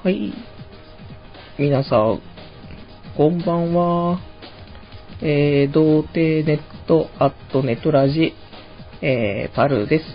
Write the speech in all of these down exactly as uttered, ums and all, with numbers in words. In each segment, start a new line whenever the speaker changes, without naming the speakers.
はい。皆さん、こんばんは。えー、童貞ネットアットネットラジ、えー、パルです。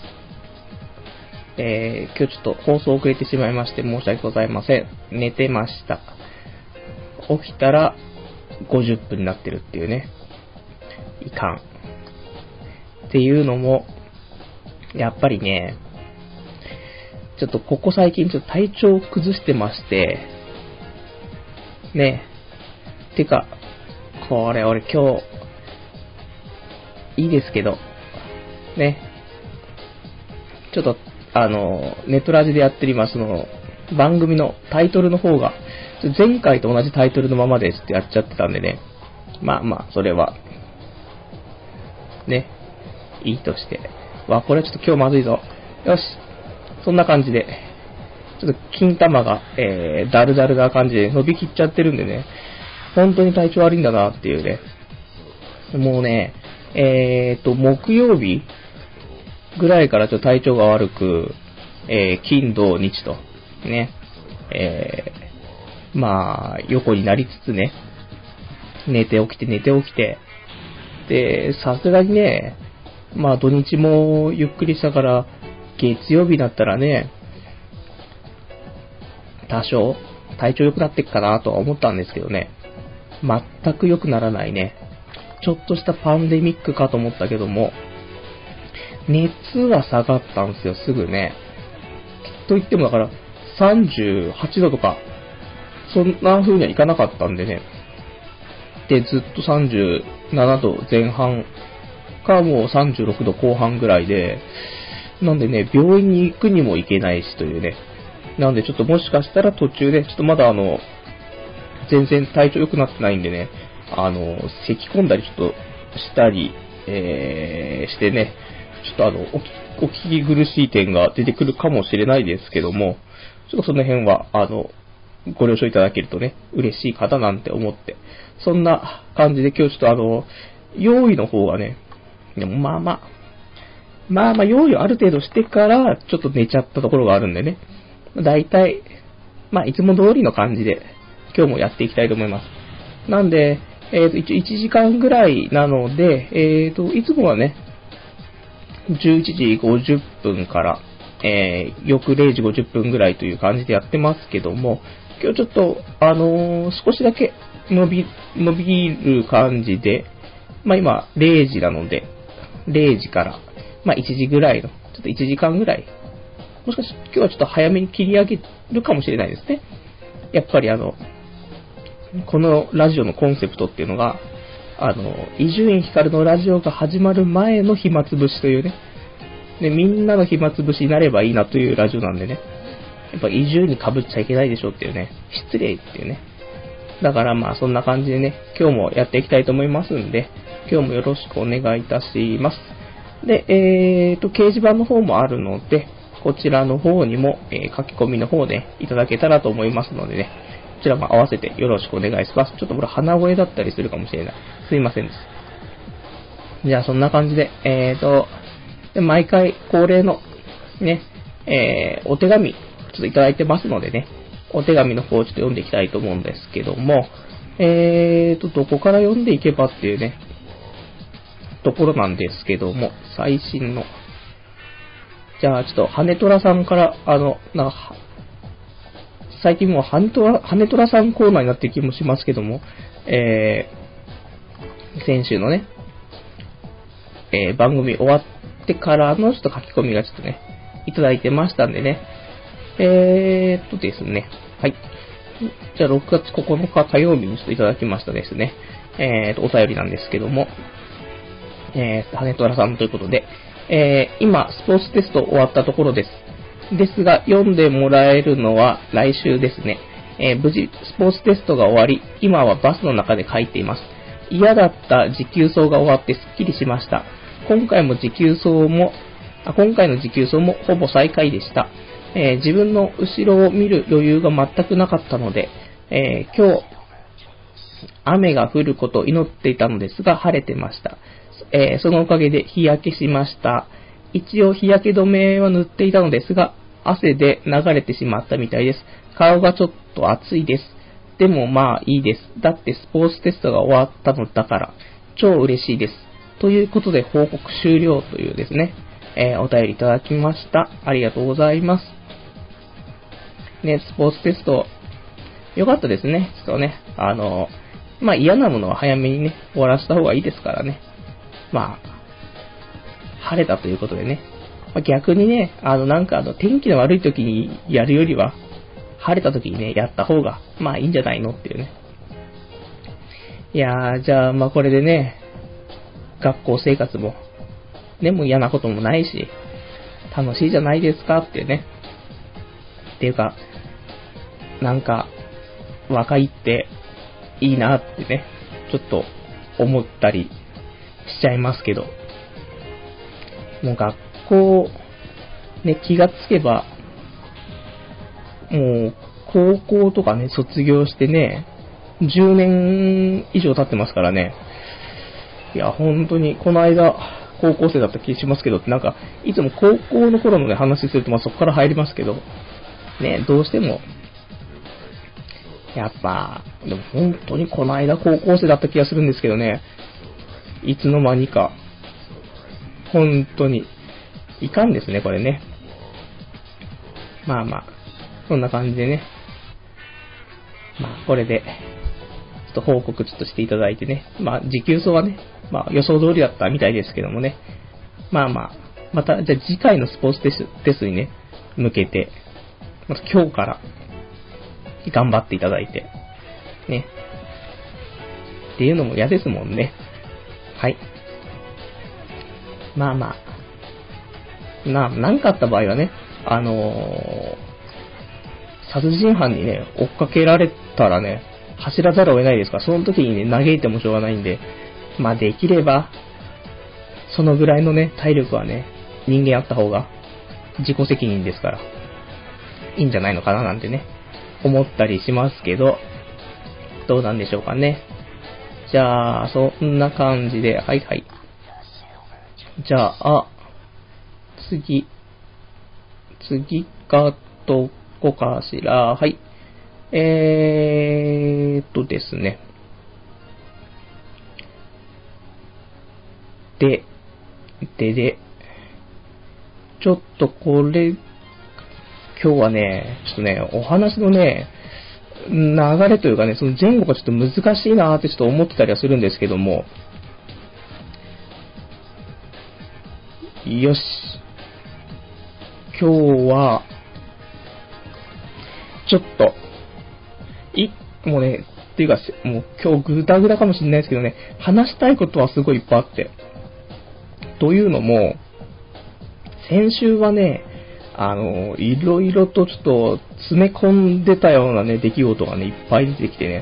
えー、今日ちょっと放送遅れてしまいまして申し訳ございません。寝てました。起きたらごじゅっぷんになってるっていうね。いかん。っていうのも、やっぱりね、ちょっとここ最近ちょっと体調を崩してまして、ね、てか、これ俺今日、いいですけど、ね、ちょっと、あの、ネットラジでやってる今、その、番組のタイトルの方が、前回と同じタイトルのままですってやっちゃってたんでね、まあまあ、それは、ね、いいとして、わ、これはちょっと今日まずいぞ。よし、そんな感じで、ちょっと金玉が、えー、だるだるな感じで伸びきっちゃってるんでね、本当に体調悪いんだなっていうね。もうね、えーと、木曜日ぐらいからちょっと体調が悪く、えー、金土日と、ね、えー、まあ、横になりつつね、寝て起きて寝て起きて、で、さすがにね、まあ土日もゆっくりしたから、月曜日だったらね、多少体調良くなっていくかなとは思ったんですけどね、全く良くならないね。ちょっとしたパンデミックかと思ったけども、熱は下がったんですよ、すぐね。と言ってもだからさんじゅうはちどとか、そんな風にはいかなかったんでね。で、ずっとさんじゅうななどぜん半かもうさんじゅうろくどこう半ぐらいで、なんでね、病院に行くにも行けないしというね。なんでちょっともしかしたら途中で、ちょっとまだあの、全然体調良くなってないんでね、あの、咳込んだりちょっとしたり、えー、してね、ちょっとあの、お聞き苦しい点が出てくるかもしれないですけども、ちょっとその辺は、あの、ご了承いただけるとね、嬉しい方なんて思って、そんな感じで今日ちょっとあの、用意の方がね、でもまあまあ、まあまあ用意をある程度してから、ちょっと寝ちゃったところがあるんでね、だいたい、まあいつも通りの感じで、今日もやっていきたいと思います。なんで、えっと、一応いちじかんぐらいなので、えっと、いつもはね、じゅういちじごじゅっぷんから、えー、翌れいじごじゅっぷんぐらいという感じでやってますけども、今日ちょっと、あのー、少しだけ伸び、伸びる感じで、まあ今、れいじなので、れいじから、まあいちじぐらいの、ちょっといちじかんぐらい、もしかして今日はちょっと早めに切り上げるかもしれないですね。やっぱりあの、このラジオのコンセプトっていうのが、あの、伊集院光のラジオが始まる前の暇つぶしというね、で、みんなの暇つぶしになればいいなというラジオなんでね、やっぱ伊集院に被っちゃいけないでしょっていうね、失礼っていうね。だからまあそんな感じでね、今日もやっていきたいと思いますんで、今日もよろしくお願いいたします。で、えーと、掲示板の方もあるので、こちらの方にも、えー、書き込みの方でいただけたらと思いますのでね、こちらも合わせてよろしくお願いします。ちょっとこれ鼻声だったりするかもしれない。すいませんです。じゃあそんな感じで、えーと、で毎回恒例のね、えー、お手紙ちょっといただいてますのでね、お手紙の方をちょっと読んでいきたいと思うんですけども、えーと、どこから読んでいけばっていうね、ところなんですけども、最新の、じゃあちょっと羽トラさんから、あの、なんか、最近もう羽トラ、羽トラさんコーナーになってる気もしますけども、えー、先週のね、えー、番組終わってからのちょっと書き込みがちょっとね、いただいてましたんでね、えーっとですね、はい。じゃあろくがつここのか火曜日にちょっといただきましたですね、えーっと、お便りなんですけども、えー、羽トラさんということで、えー、今、スポーツテスト終わったところです。ですが、読んでもらえるのは来週ですね。えー、無事、スポーツテストが終わり、今はバスの中で書いています。嫌だった持久走が終わってすっきりしました。今回も持久走も、あ今回の持久走もほぼ最下位でした。えー、自分の後ろを見る余裕が全くなかったので、えー、今日、雨が降ることを祈っていたのですが、晴れてました。えー、そのおかげで日焼けしました。一応日焼け止めは塗っていたのですが、 汗で流れてしまったみたいです。顔がちょっと熱いです。でもまあいいです。だってスポーツテストが終わったのだから、超嬉しいです。ということで報告終了というですね、えー、お便りいただきました。ありがとうございます。ね、スポーツテスト、よかったですね。ちょっとね、あの、まあ嫌なものは早めにね、終わらせた方がいいですからね。まあ、晴れたということでね。まあ、逆にね、あのなんかあの天気の悪い時にやるよりは、晴れた時にね、やった方が、まあいいんじゃないのっていうね。いやー、じゃあまあこれでね、学校生活も、でも嫌なこともないし、楽しいじゃないですかっていうね。っていうか、なんか、若いっていいなってね、ちょっと思ったりしちゃいますけど、もう学校、ね、気がつけば、もう、高校とかね、卒業してね、じゅうねん以上経ってますからね。いや、本当に、この間、高校生だった気しますけど、なんか、いつも高校の頃のね、話すると、まあそこから入りますけど、ね、どうしても、やっぱ、でも本当にこの間高校生だった気がするんですけどね、いつの間にか、本当に、いかんですね、これね。まあまあ、そんな感じでね、まあこれで、ちょっと報告ちょっとしていただいてね、まあ持久走はね、まあ予想通りだったみたいですけどもね、まあまあ、また、じゃあ次回のスポーツテスト、テストにね、向けて、また今日から、頑張っていただいて、ね。っていうのも嫌ですもんね。はい。まあまあ。な、なんかあった場合はね、あのー、殺人犯にね、追っかけられたらね、走らざるを得ないですから、その時にね、嘆いてもしょうがないんで、まあできれば、そのぐらいのね、体力はね、人間あった方が、自己責任ですから、いいんじゃないのかななんてね、思ったりしますけど、どうなんでしょうかね。じゃあ、そんな感じで、はいはい。じゃあ、次、次かどこかしら、はい。えーっとですね。で、でで、ちょっとこれ、今日はね、ちょっとね、お話のね、流れというかね、その前後がちょっと難しいなーってちょっと思ってたりはするんですけども、よし。今日は、ちょっと、い、もうね、っていうか、もう今日グダグダかもしれないですけどね、話したいことはすごいいっぱいあって。というのも、先週はね、あの、いろいろとちょっと詰め込んでたようなね、出来事がね、いっぱい出てきてね。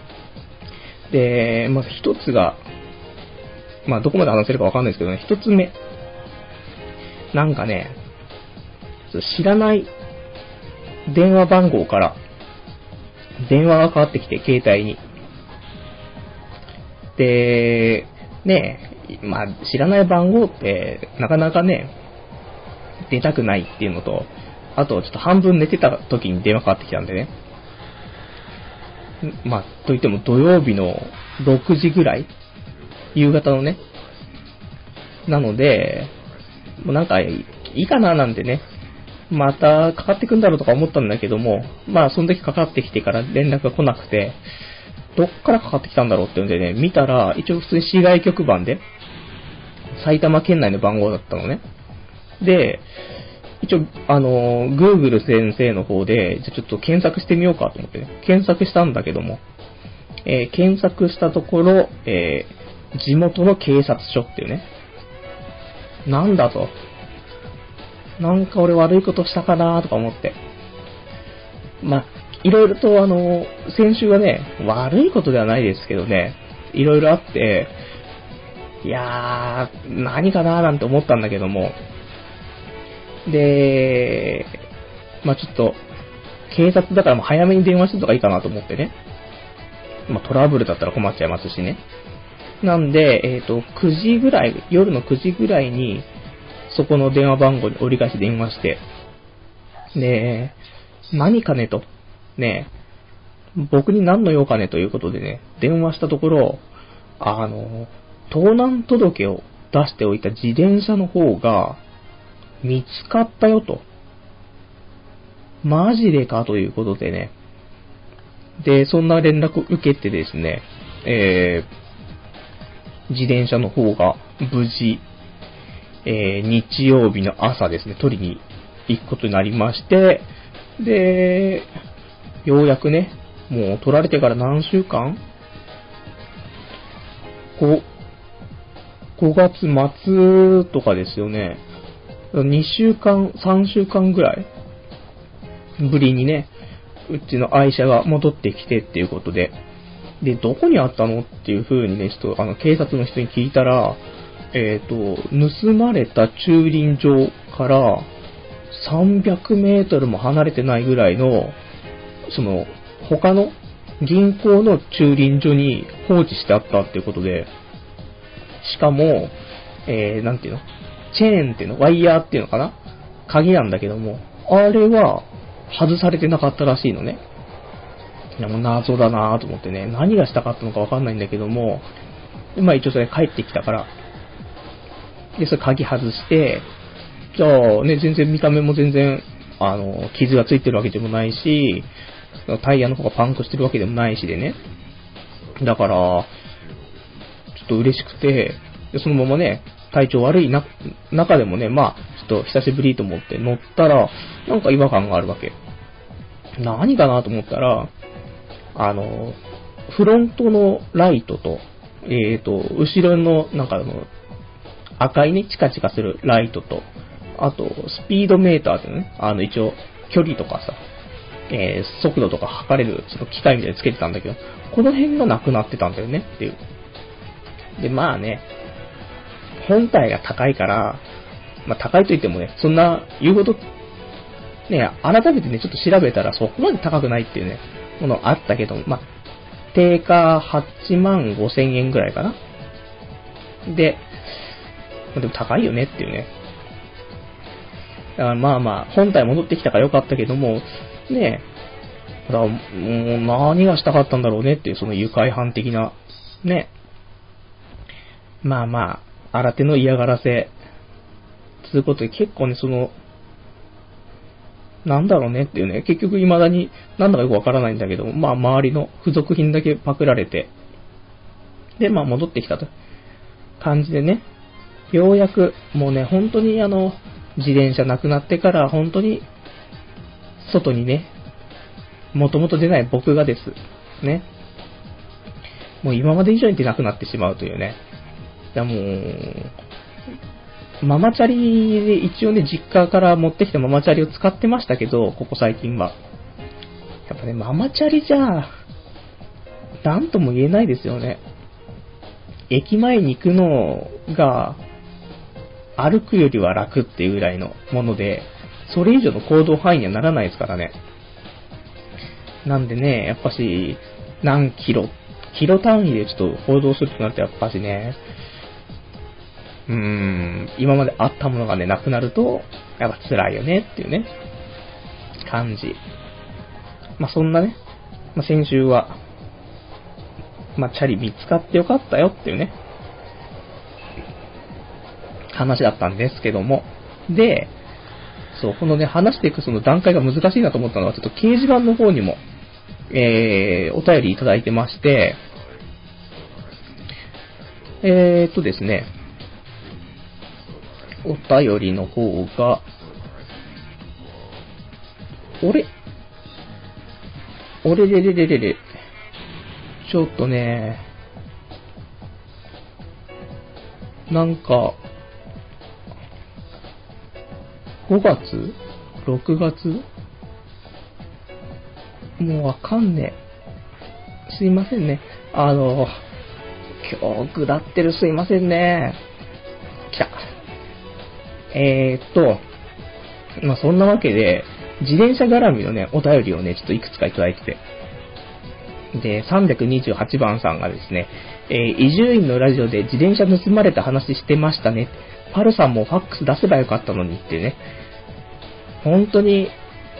で、まず一つが、まあどこまで話せるかわかんないですけどね、一つ目。なんかね、知らない電話番号から電話がかかってきて、携帯に。で、ねえ、まあ知らない番号ってなかなかね、出たくないっていうのと、あとちょっと半分寝てた時に電話かかってきたんでね。まあ、といっても土曜日のろくじぐらい、夕方のね。なので、もうなんかいいかななんてね、またかかってくんだろうとか思ったんだけども、まあその時かかってきてから連絡が来なくて、どっからかかってきたんだろうって言うんでね、見たら一応普通に市外局番で、埼玉県内の番号だったのね。で、一応、あの、Google 先生の方で、じゃあちょっと検索してみようかと思ってね、検索したんだけども、えー、検索したところ、えー、地元の警察署っていうね、なんだと。なんか俺悪いことしたかなとか思って。まあ、いろいろとあの、先週はね、悪いことではないですけどね、いろいろあって、いやー、何かなーなんて思ったんだけども、で、まあちょっと、警察だからもう早めに電話してとかいいかなと思ってね。まあトラブルだったら困っちゃいますしね。なんで、えっと、くじぐらい、夜のくじぐらいに、そこの電話番号に折り返し電話して、 で、何かねと、ね、僕に何の用かねということでね、電話したところ、あの、盗難届を出しておいた自転車の方が見つかったよと。マジでかということでね。で、そんな連絡を受けてですね、えー、自転車の方が無事、えー、日曜日の朝ですね、取りに行くことになりまして、で、ようやくね、もう取られてから何週間 ?ご、ごがつ末とかですよね。にしゅうかん、さんしゅうかんぐらいぶりにね、うちの愛車が戻ってきてっていうことで、で、どこにあったのっていう風にね、ちょっとあの、警察の人に聞いたら、えっと、盗まれた駐輪場からさんびゃくメートルも離れてないぐらいの、その、他の銀行の駐輪所に放置してあったっていうことで、しかも、えー、なんていうのチェーンっていうのワイヤーっていうのかな鍵なんだけども、あれは外されてなかったらしいのね。いやもう謎だなぁと思ってね、何がしたかったのかわかんないんだけども、まあ一応それ帰ってきたから、で、それ鍵外して、じゃあね、全然見た目も全然、あの、傷がついてるわけでもないし、タイヤの方がパンクしてるわけでもないしでね。だから、ちょっと嬉しくて、でそのままね、体調悪いな、中でもね、まあ、ちょっと久しぶりと思って乗ったら、なんか違和感があるわけ。何かなと思ったら、あの、フロントのライトと、えーと、後ろの、なんかあの、赤いね、チカチカするライトと、あと、スピードメーターってね、あの、一応、距離とかさ、えー、速度とか測れる、その機械みたいにつけてたんだけど、この辺がなくなってたんだよね、っていう。で、まあね、本体が高いから、まあ高いと言ってもね、そんな言うほど、ね、改めてね、ちょっと調べたらそこまで高くないっていうね、ものあったけど、まあ、定価はちまんごせんえんぐらいかな。で、でも高いよねっていうね。だからまあまあ、本体戻ってきたからよかったけども、ねえ、だからもう何がしたかったんだろうねっていう、その愉快犯的な、ね。まあまあ、新手の嫌がらせ、つうことで結構ね、その、なんだろうねっていうね、結局未だになんだかよくわからないんだけど、まあ周りの付属品だけパクられて、で、まあ戻ってきたと感じでね、ようやく、もうね、本当にあの、自転車なくなってから本当に、外にね、もともと出ない僕がです。ね。もう今まで以上に出なくなってしまうというね。いやもう、ママチャリで一応ね、実家から持ってきたママチャリを使ってましたけど、ここ最近は。やっぱね、ママチャリじゃ、なんとも言えないですよね。駅前に行くのが、歩くよりは楽っていうぐらいのもので、それ以上の行動範囲にはならないですからね。なんでね、やっぱし、何キロ、キロ単位でちょっと行動するとなるとやっぱしね、うーん、今まであったものがね、なくなると、やっぱ辛いよねっていうね、感じ。まあ、そんなね、まあ、先週は、まあ、チャリ見つかってよかったよっていうね、話だったんですけども、で、そう、このね、話していくその段階が難しいなと思ったのは、ちょっと掲示板の方にも、えー、お便りいただいてまして、えーっとですね、お便りの方が、俺俺れれれれれ、ちょっとね、なんか、ごがつ ?ろく 月もうわかんねえ。すいませんね。あの、今日下ってるすいませんね。来た。えーっと、まあ、そんなわけで、自転車絡みのね、お便りをね、ちょっといくつかいただいてて。で、さんびゃくにじゅうはちばんさんがですね、えー、伊集院のラジオで自転車盗まれた話してましたね。パルさんもファックス出せばよかったのにってね。本当に、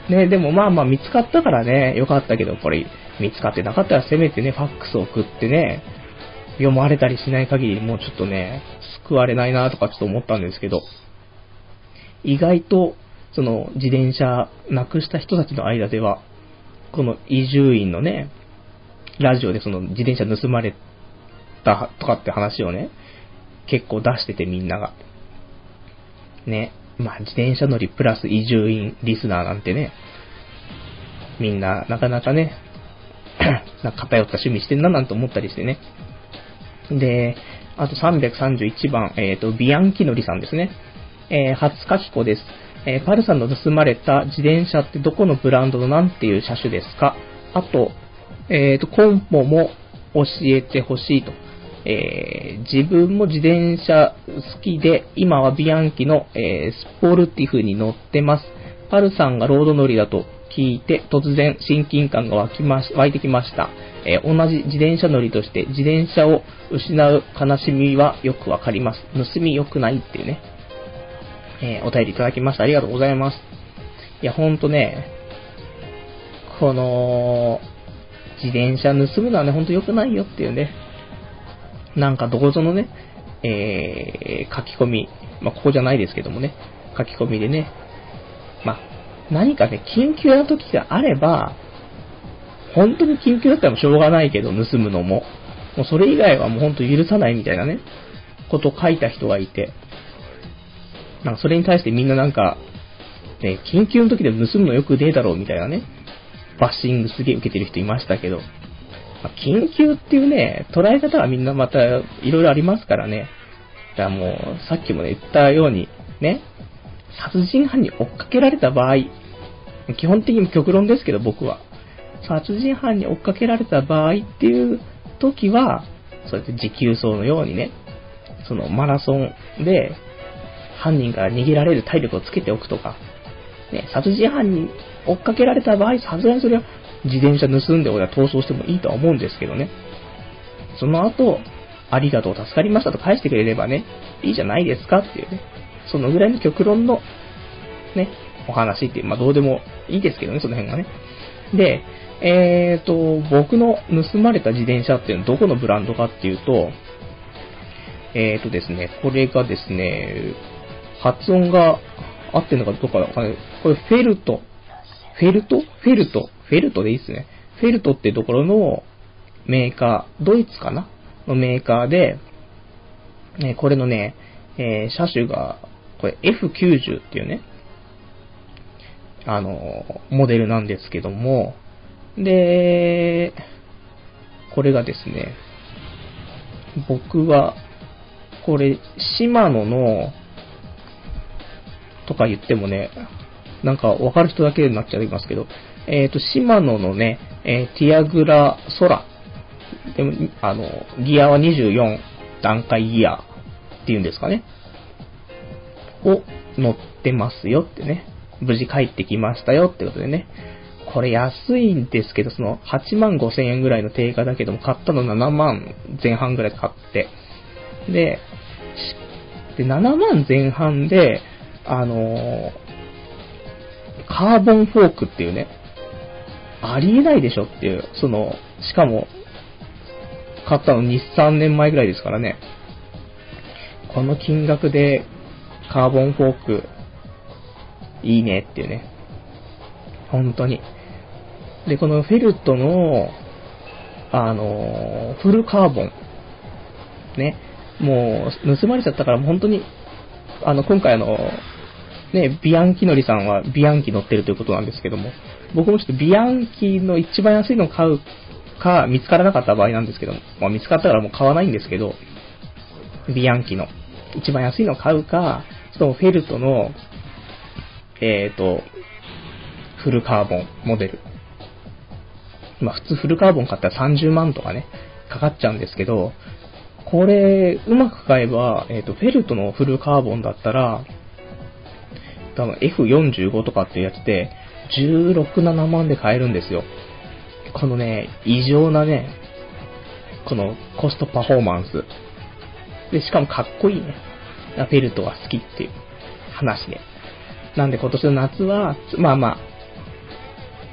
ね、でもまあまあ見つかったからね、よかったけど、これ見つかってなかったらせめてね、ファックスを送ってね、読まれたりしない限りもうちょっとね、救われないなとかちょっと思ったんですけど、意外と、その自転車なくした人たちの間では、この伊集院のね、ラジオでその自転車盗まれたとかって話をね、結構出しててみんなが。ね。まあ自転車乗りプラス伊集院リスナーなんてね、みんななかなかね、なんか偏った趣味してんななんて思ったりしてね。で、あとさんびゃくさんじゅういちばん、えっと、ビアンキノリさんですね。えー、初書き子です。えー、パルさんの盗まれた自転車ってどこのブランドのなんていう車種ですか？あと、えっと、コンポも教えてほしいと。えー、自分も自転車好きで、今はビアンキの、えー、スポルティフに乗ってます。パルさんがロード乗りだと聞いて、突然親近感が湧きまし、湧いてきました。えー、同じ自転車乗りとして自転車を失う悲しみはよくわかります。盗み良くないっていうね、えー、お便りいただきました。ありがとうございます。いや、ほんとね、この、自転車盗むのはね、ほんと良くないよっていうね、なんかどこぞのね、えー、書き込み、まあ、ここじゃないですけどもね、書き込みでね、まあ、何かね、緊急な時があれば、本当に緊急だったらもうしょうがないけど、盗むのも。もうそれ以外はもう本当許さないみたいなね、ことを書いた人がいて、なんかそれに対してみんななんか、ね、緊急の時で盗むのよくねえだろうみたいなね、バッシングすげえ受けてる人いましたけど、まあ、緊急っていうね、捉え方はみんなまたいろいろありますからね。だからもう、さっきも、ね、言ったように、ね、殺人犯に追っかけられた場合、基本的に極論ですけど僕は、殺人犯に追っかけられた場合っていう時は、そうやって持久走のようにね、そのマラソンで犯人から逃げられる体力をつけておくとか、ね、殺人犯に追っかけられた場合、さすがにそれは自転車盗んで俺は逃走してもいいとは思うんですけどね。その後、ありがとう、助かりましたと返してくれればね、いいじゃないですかっていうね、そのぐらいの極論のね、お話っていう、まあどうでもいいですけどね、その辺がね。で、えーと、僕の盗まれた自転車っていうのはどこのブランドかっていうと、えーとですね、これがですね、発音が合ってるのかどうかわかんない。これフェルト。フェルトフェルトフェルトでいいですね。フェルトっていうところのメーカー、ドイツかなのメーカーで、ね、これのね、えー、車種が、これ エフきゅうじゅう っていうね、あの、モデルなんですけども、で、これがですね、僕は、これ、シマノの、とか言ってもね、なんか分かる人だけになっちゃいますけど、えっと、シマノのね、えー、ティアグラソラ。でも、あの、ギアはにじゅうよん段階ギアっていうんですかね。を乗ってますよってね。無事帰ってきましたよってことでね。これ安いんですけど、そのはちまんごせんえんぐらいの定価だけども、買ったのななまんぜん半ぐらいで買って。で、でななまんぜん半で、あのー、カーボンフォークっていうね、ありえないでしょっていう、その、しかも、買ったのに、さんねんまえぐらいですからね。この金額で、カーボンフォーク、いいねっていうね。本当に。で、このフェルトの、あの、フルカーボン。ね。もう、盗まれちゃったから、本当に、あの、今回あの、ね、ビアンキノリさんはビアンキ乗ってるということなんですけども、僕もちょっとビアンキの一番安いのを買うか、見つからなかった場合なんですけども、まあ、見つかったからもう買わないんですけど、ビアンキの一番安いのを買うか、そのフェルトの、えーと、フルカーボンモデル。まあ普通フルカーボン買ったらさんじゅうまんとかね、かかっちゃうんですけど、これ、うまく買えば、えーと、フェルトのフルカーボンだったら、多分 エフよんじゅうご とかっていうやつで、じゅうろく、ななまんで買えるんですよ。このね、異常なね、このコストパフォーマンス。で、しかもかっこいいね。フェルトが好きっていう話で。なんで今年の夏は、まあまあ、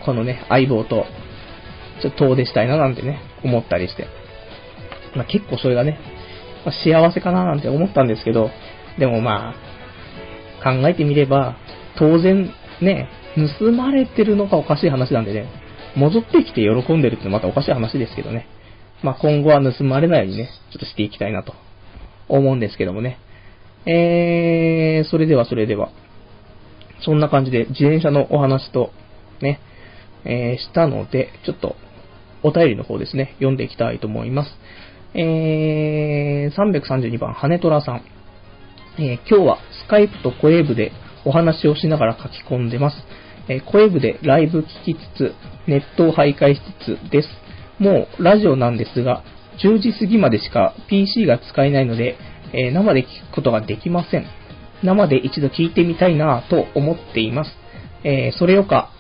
このね、相棒と、ちょっと遠出したいななんてね、思ったりして。まあ結構それがね、まあ、幸せかななんて思ったんですけど、でもまあ、考えてみれば、当然ね、盗まれてるのがおかしい話なんでね、戻ってきて喜んでるってまたおかしい話ですけどね。まあ今後は盗まれないようにね、ちょっとしていきたいなと思うんですけどもね。えー、それではそれでは、そんな感じで自転車のお話とね、えー、したので、ちょっとお便りの方ですね、読んでいきたいと思います。えー、さんびゃくさんじゅうにばん、羽トラさん。えー、今日はスカイプとコエブでお話をしながら書き込んでます。えー、コエブでライブ聞きつつ、ネットを徘徊しつつです。もうラジオなんですが、じゅうじ過ぎまでしか ピーシー が使えないので、えー、生で聞くことができません。生で一度聞いてみたいなぁと思っています。えー、それよか、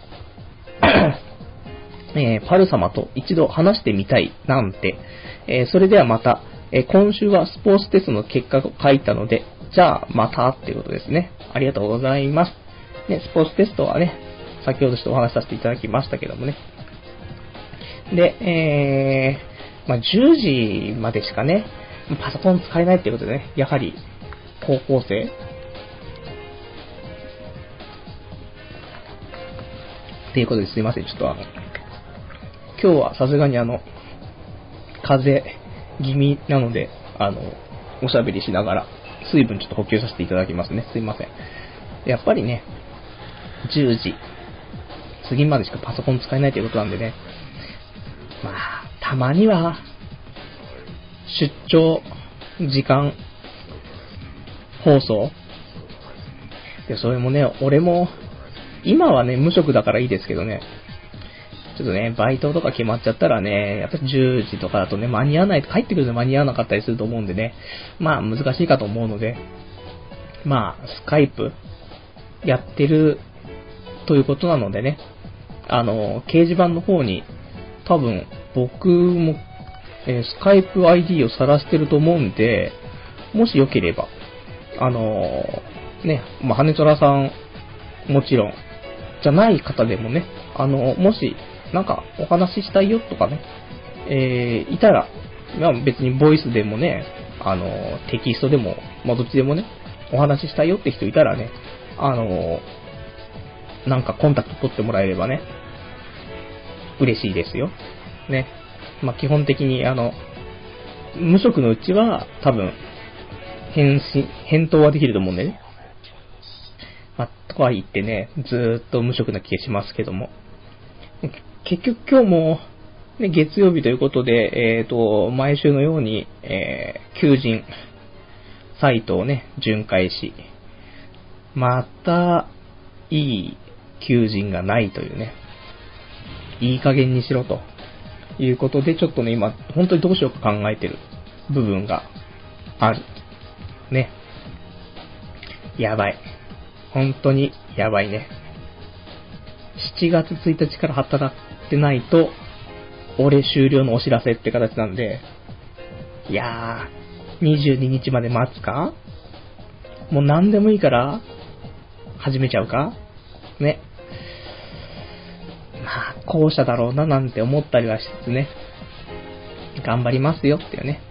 えー、パル様と一度話してみたいなんて、えー、それではまた、えー、今週はスポーツテストの結果を書いたので、じゃあまたっていうことですね。ありがとうございます。ね、スポーツテストはね、先ほどちょっとお話しさせていただきましたけどもね。で、えー、まあ、じゅうじまでしかね、パソコン使えないっていうことでね、やはり、高校生っていうことですいません。ちょっとあの、今日はさすがにあの、風邪気味なので、あの、おしゃべりしながら、水分ちょっと補給させていただきますね。すいません。やっぱりね、じゅうじ過ぎまでしかパソコン使えないということなんでね、まあ、たまには、出張、時間、放送で、それもね、俺も、今はね、無職だからいいですけどね、ちょっとね、バイトとか決まっちゃったらね、やっぱりじゅうじとかだとね、間に合わない、帰ってくるの間に合わなかったりすると思うんでね、まあ難しいかと思うので、まあ、スカイプやってるということなのでね、あの、掲示板の方に、多分、僕も、えー、スカイプ アイディー を晒してると思うんで、もしよければ、あのー、ね、まあ、羽虎さん、もちろん、じゃない方でもね、あの、もし、なんか、お話ししたいよとかね、えー、いたら、まあ、別にボイスでもね、あの、テキストでも、まあ、どっちでもね、お話ししたいよって人いたらね、あの、なんかコンタクト取ってもらえればね、嬉しいですよ。ね。まあ、基本的に、あの、無職のうちは、多分、返信、返答はできると思うんでね。まあ、とは言ってね、ずーっと無職な気がしますけども。結局今日も、ね、月曜日ということで、えっと、毎週のように、えー、求人、サイトをね、巡回し、また、いい求人がないというね、いい加減にしろということで、ちょっとね、今、本当にどうしようか考えてる部分がある。ね。やばい。本当にやばいね。しちがつついたちから働いてないと、俺終了のお知らせって形なんで、いやー、にじゅうににちまで待つか？もう何でもいいから、始めちゃうか？ね。まあ、後者だろうななんて思ったりはしつつね、頑張りますよっていうね。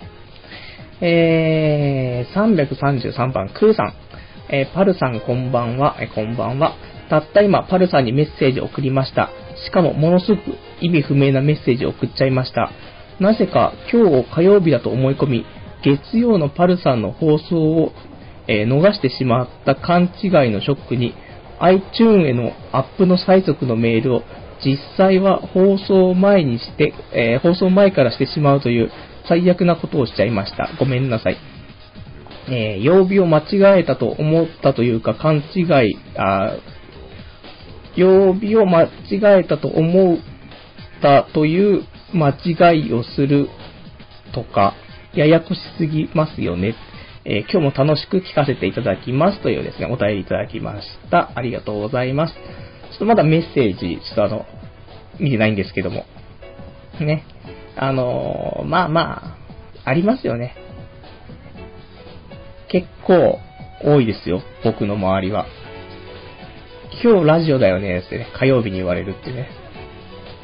えー、さんびゃくさんじゅうさんばん、クーさん。えー、パルさんこんばんは、えー、こんばんは。たった今、パルさんにメッセージを送りました。しかも、ものすごく意味不明なメッセージを送っちゃいました。なぜか、今日を火曜日だと思い込み、月曜のパルさんの放送を、えー、逃してしまった勘違いのショックに、iTunes へのアップの催促のメールを、実際は放送前にして、えー、放送前からしてしまうという最悪なことをしちゃいました。ごめんなさい。えー、曜日を間違えたと思ったというか、勘違い、あ曜日を間違えたと思ったという間違いをするとか、ややこしすぎますよね。えー、今日も楽しく聞かせていただきますというですね、お便りいただきました。ありがとうございます。ちょっとまだメッセージ、ちょっとあの、見てないんですけども。ね。あのー、まあまあ、ありますよね。結構多いですよ、僕の周りは。今日ラジオだよねってね、火曜日に言われるってね。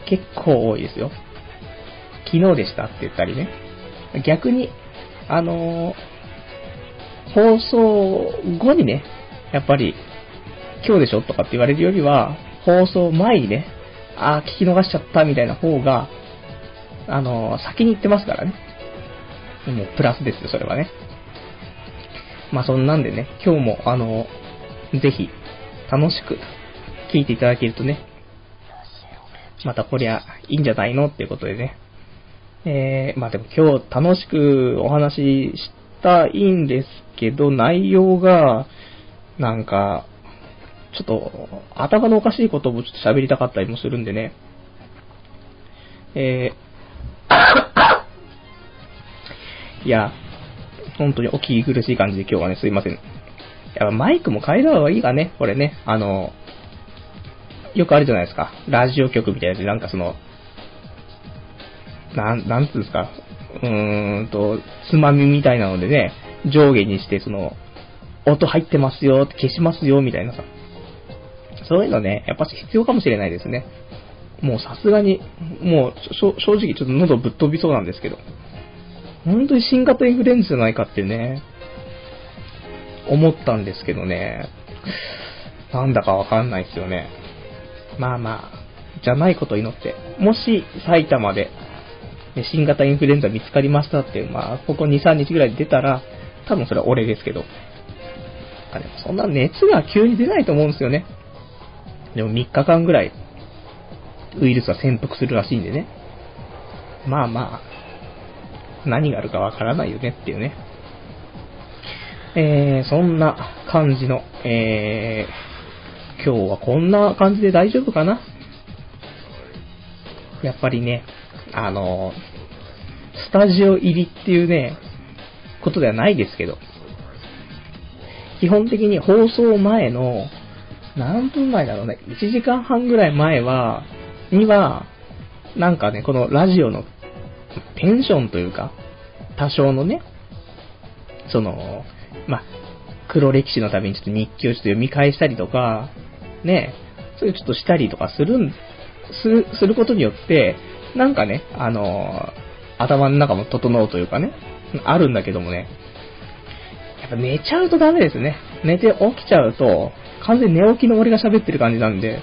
結構多いですよ。昨日でしたって言ったりね。逆に、あのー、放送後にね、やっぱり、今日でしょとかって言われるよりは、放送前にね、あー聞き逃しちゃったみたいな方が、あのー、先に言ってますからね。もうプラスですよ、それはね。まあそんなんでね、今日もあのー、ぜひ、楽しく聞いていただけるとね、またこりゃいいんじゃないのっていうことでね。えー、まあでも今日楽しくお話ししたいんですけど、内容が、なんか、ちょっと、頭のおかしいことをちょっと喋りたかったりもするんでね。えー、いや、本当にお聞き苦しい感じで今日はね、すいません。やっぱマイクも変えた方がいいかね、これね。あの、よくあるじゃないですか。ラジオ局みたいなやつで、なんかその、なん、なんつうんですか。うーんと、つまみみたいなのでね、上下にして、その、音入ってますよ、消しますよ、みたいなさ。そういうのね、やっぱ必要かもしれないですね。もうさすがに、もう、正直ちょっと喉ぶっ飛びそうなんですけど。本当に新型インフルエンザじゃないかってね、思ったんですけどね。なんだかわかんないですよね。まあまあ、じゃないことを祈って。もし、埼玉で、新型インフルエンザ見つかりましたって、まあ、ここに、さんにちぐらいで出たら、多分それは俺ですけど。あれ、そんな熱が急に出ないと思うんですよね。でもみっかかんぐらい、ウイルスは潜伏するらしいんでね。まあまあ、何があるかわからないよねっていうね。えー、そんな感じの、えー、今日はこんな感じで大丈夫かな？やっぱりね、あの、スタジオ入りっていうね、ことではないですけど、基本的に放送前の、何分前だろうね、いちじかんはんぐらい前は、には、なんかね、このラジオのテンションというか、多少のね、その、ま、黒歴史のためにちょっと日記をちょっと読み返したりとか、ね、そういうちょっとしたりとかするん、する、することによって、なんかね、あの、頭の中も整うというかね、あるんだけどもね、やっぱ寝ちゃうとダメですね。寝て起きちゃうと、完全に寝起きの俺が喋ってる感じなんで、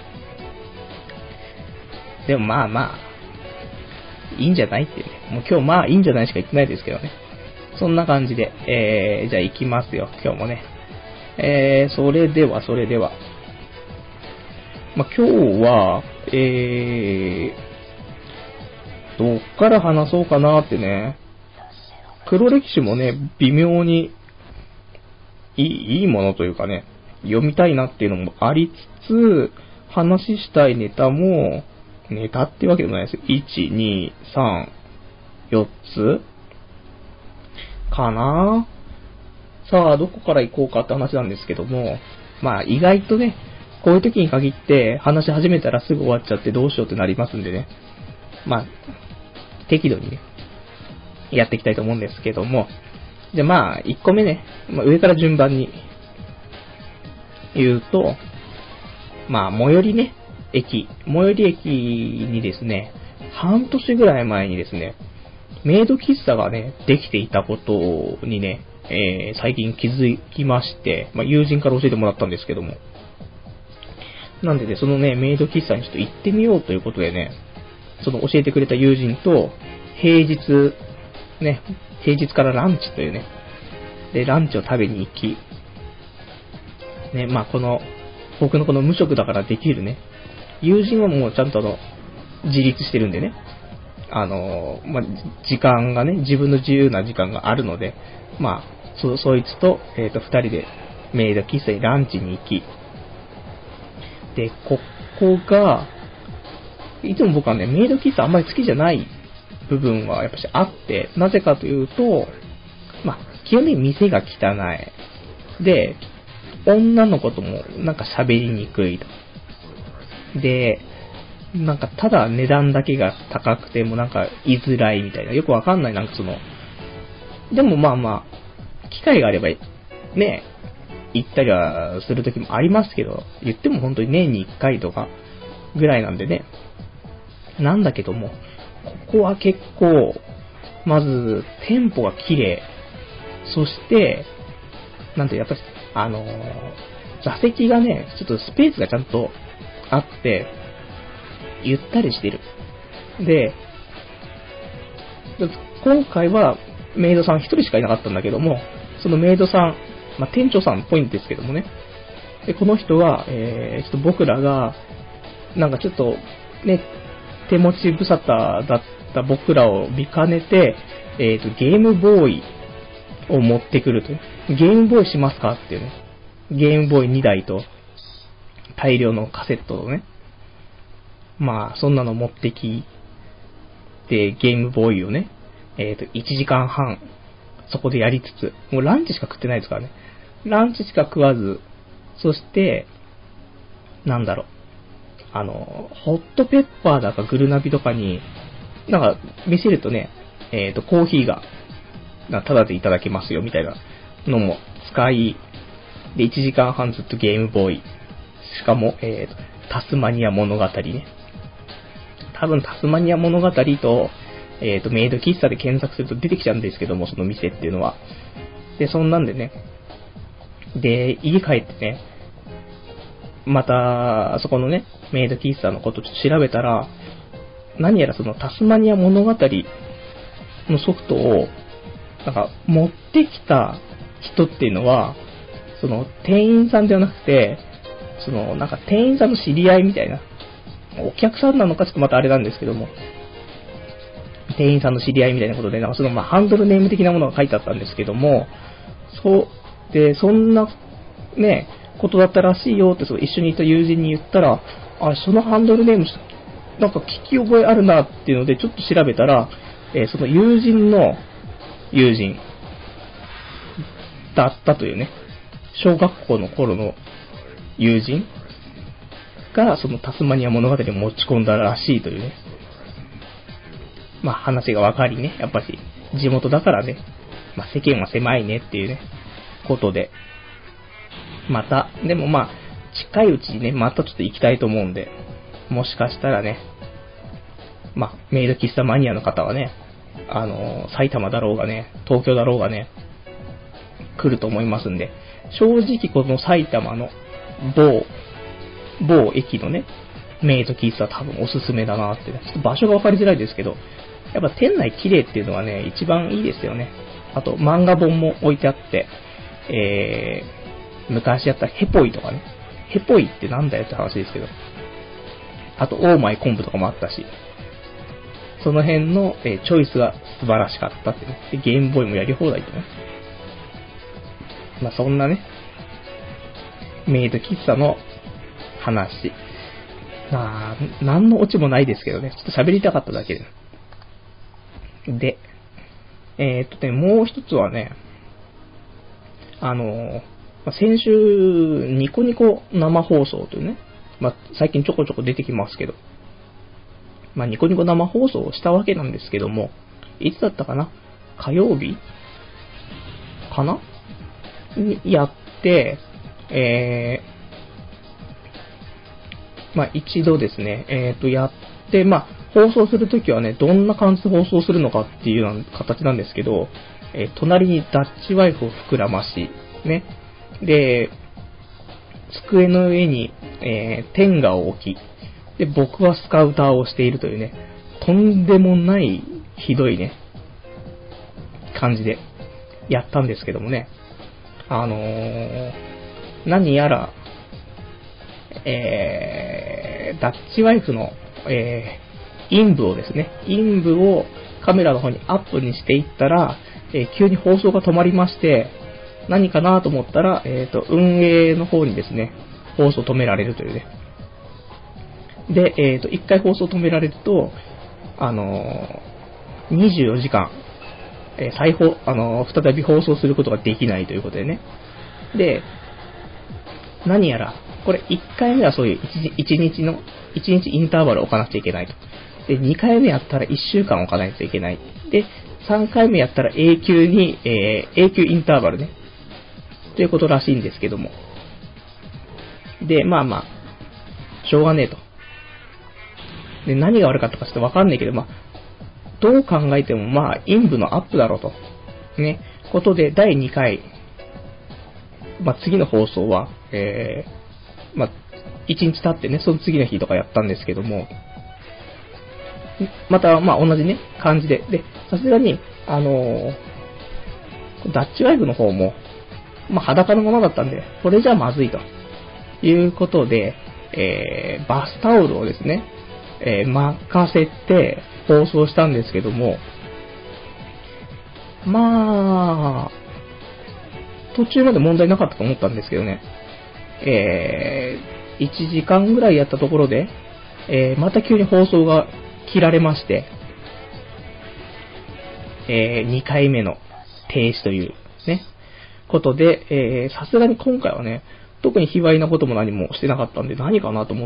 でもまあまあ、いいんじゃないってね。もう今日まあいいんじゃないしか言ってないですけどね。そんな感じで、えー、じゃあ行きますよ、今日もね。えー、それでは、それでは。まあ今日は、えー、どっから話そうかなってね。黒歴史もね、微妙にいい、いいものというかね、読みたいなっていうのもありつつ、話したいネタも、ネタってわけでもないですよ。いち、に、さん、よっつかな。さあ、どこから行こうかって話なんですけども、まあ意外とね、こういう時に限って話し始めたらすぐ終わっちゃってどうしようってなりますんでね。まあ、適度にね、やっていきたいと思うんですけども、じゃあまあ、いっこめね、まあ、上から順番に言うと、まあ、最寄りね、駅、最寄り駅にですね、半年ぐらい前にですね、メイド喫茶がね、できていたことにね、えー、最近気づきまして、まあ、友人から教えてもらったんですけども。なんでね、そのね、メイド喫茶にちょっと行ってみようということでね、その教えてくれた友人と、平日、ね、平日からランチというね、で、ランチを食べに行き、ね、まあこの、僕のこの無職だからできるね、友人はもうちゃんとあの、自立してるんでね、あの、まあ、時間がね、自分の自由な時間があるので、まあ、そ、そいつと、えっと、二人でメイド喫茶にランチに行き、で、ここが、いつも僕はね、メイド喫茶あんまり好きじゃない部分はやっぱしあって、なぜかというと、まあ、基本的に店が汚い。で、女の子ともなんか喋りにくいと。で、なんかただ値段だけが高くてもなんか居づらいみたいな、よくわかんないなんかその、でもまあまあ、機会があれば、ね、行ったりはするときもありますけど、言っても本当に年にいっかいとかぐらいなんでね、 なんだけども、ここは結構、まず、テンポが綺麗。そして、なんて、やっぱり、あのー、座席がね、ちょっとスペースがちゃんとあって、ゆったりしてる。で、今回はメイドさん一人しかいなかったんだけども、そのメイドさん、まあ、店長さんっぽいんですけどもね。で、この人は、えー、ちょっと僕らが、なんかちょっと、ね、手持ち無沙汰だった僕らを見かねて、えーと、ゲームボーイを持ってくると。ゲームボーイしますかっていうね。ゲームボーイにだいと、大量のカセットをね。まあ、そんなの持ってきて、ゲームボーイをね、えーと、いちじかんはん、そこでやりつつ、もうランチしか食ってないですからね。ランチしか食わず、そして、なんだろう。あの、ホットペッパーだかグルナビとかに、なんか見せるとね、えっと、コーヒーが、タダでいただけますよみたいなのも使い、で、いちじかんはんずっとゲームボーイ。しかも、えっと、タスマニア物語ね。多分タスマニア物語と、えっと、メイド喫茶で検索すると出てきちゃうんですけども、その店っていうのは。で、そんなんでね。で、家帰ってね、また、そこのね、メイド喫茶のことをちょっと調べたら、何やらそのタスマニア物語のソフトを、なんか持ってきた人っていうのは、その店員さんではなくて、そのなんか店員さんの知り合いみたいな、お客さんなのかちょっとまたあれなんですけども、店員さんの知り合いみたいなことで、なんかそのまあハンドルネーム的なものが書いてあったんですけども、そう、で、そんなね、ことだったらしいよってそう一緒にいた友人に言ったら、あ、そのハンドルネームなんか聞き覚えあるなっていうのでちょっと調べたら、えー、その友人の友人だったというね、小学校の頃の友人がそのタスマニア物語を持ち込んだらしいというね、まあ話がわかりね、やっぱり地元だからね、まあ世間は狭いねっていうね、ことで、また、でもまあ、近いうちにね、またちょっと行きたいと思うんで、もしかしたらね、まあ、メイド喫茶マニアの方はね、あのー、埼玉だろうがね、東京だろうがね、来ると思いますんで、正直この埼玉の某、某駅のね、メイド喫茶多分おすすめだなってね、ちょっと場所がわかりづらいですけど、やっぱ店内綺麗っていうのはね、一番いいですよね。あと、漫画本も置いてあって、えー、昔やったヘポイとかね、ヘポイってなんだよって話ですけど、あと、オーマイ昆布とかもあったし、その辺の、えー、チョイスが素晴らしかったってね。で、ゲームボーイもやり放題ってね。まあ、そんなね、メイド喫茶の話。まあ、何のオチもないですけどね、ちょっと喋りたかっただけです。で、えー、っとね、もう一つはね、あのー、先週、ニコニコ生放送というね、まあ、最近ちょこちょこ出てきますけど、まあ、ニコニコ生放送をしたわけなんですけども、いつだったかな？火曜日かなにやって、えー、まあ、一度ですね、えーと、やって、まあ、放送するときはね、どんな感じで放送するのかっていうような形なんですけど、えー、隣にダッチワイフを膨らまし、ね、で、机の上に、えー、天下を置き、で、僕はスカウターをしているというね、とんでもないひどいね、感じでやったんですけどもね、あのー、何やら、えー、ダッチワイフの、えー、陰部をですね、陰部をカメラの方にアップにしていったら、えー、急に放送が止まりまして、何かなと思ったら、えーと、運営の方にですね、放送止められるというね。で、えーと、一回放送止められると、あのー、にじゅうよじかん、えー、再放、あのー、再び放送することができないということでね。で、何やら、これいっかいめはそういういちにちの、いちにちインターバルを置かなくちゃいけないと。で、にかいめやったらいっしゅうかん置かないといけない。で、さんかいめやったら永久に、えー、永久インターバルね。ということらしいんですけども。で、まあまあ、しょうがねえと。 で、何が悪かったかちょっとわかんないけど、まあ、どう考えても、まあ、陰部のアップだろうと。ね。ことで、だいにかい、まあ、次の放送は、えー、まあ、いちにち経ってね、その次の日とかやったんですけども、また、まあ、同じね、感じで。で、さすがに、あのー、ダッチワイフの方も、まあ、裸のままだったんで、これじゃまずいと。いうことで、えー、バスタオルをですね、えー、任せて放送したんですけども、まあ、途中まで問題なかったと思ったんですけどね、えー、いちじかんぐらいやったところで、えー、また急に放送が切られまして、えー、にかいめの停止というね、ことで、えー、さすがに今回はね、特に卑猥なことも何もしてなかったんで何かなと思って、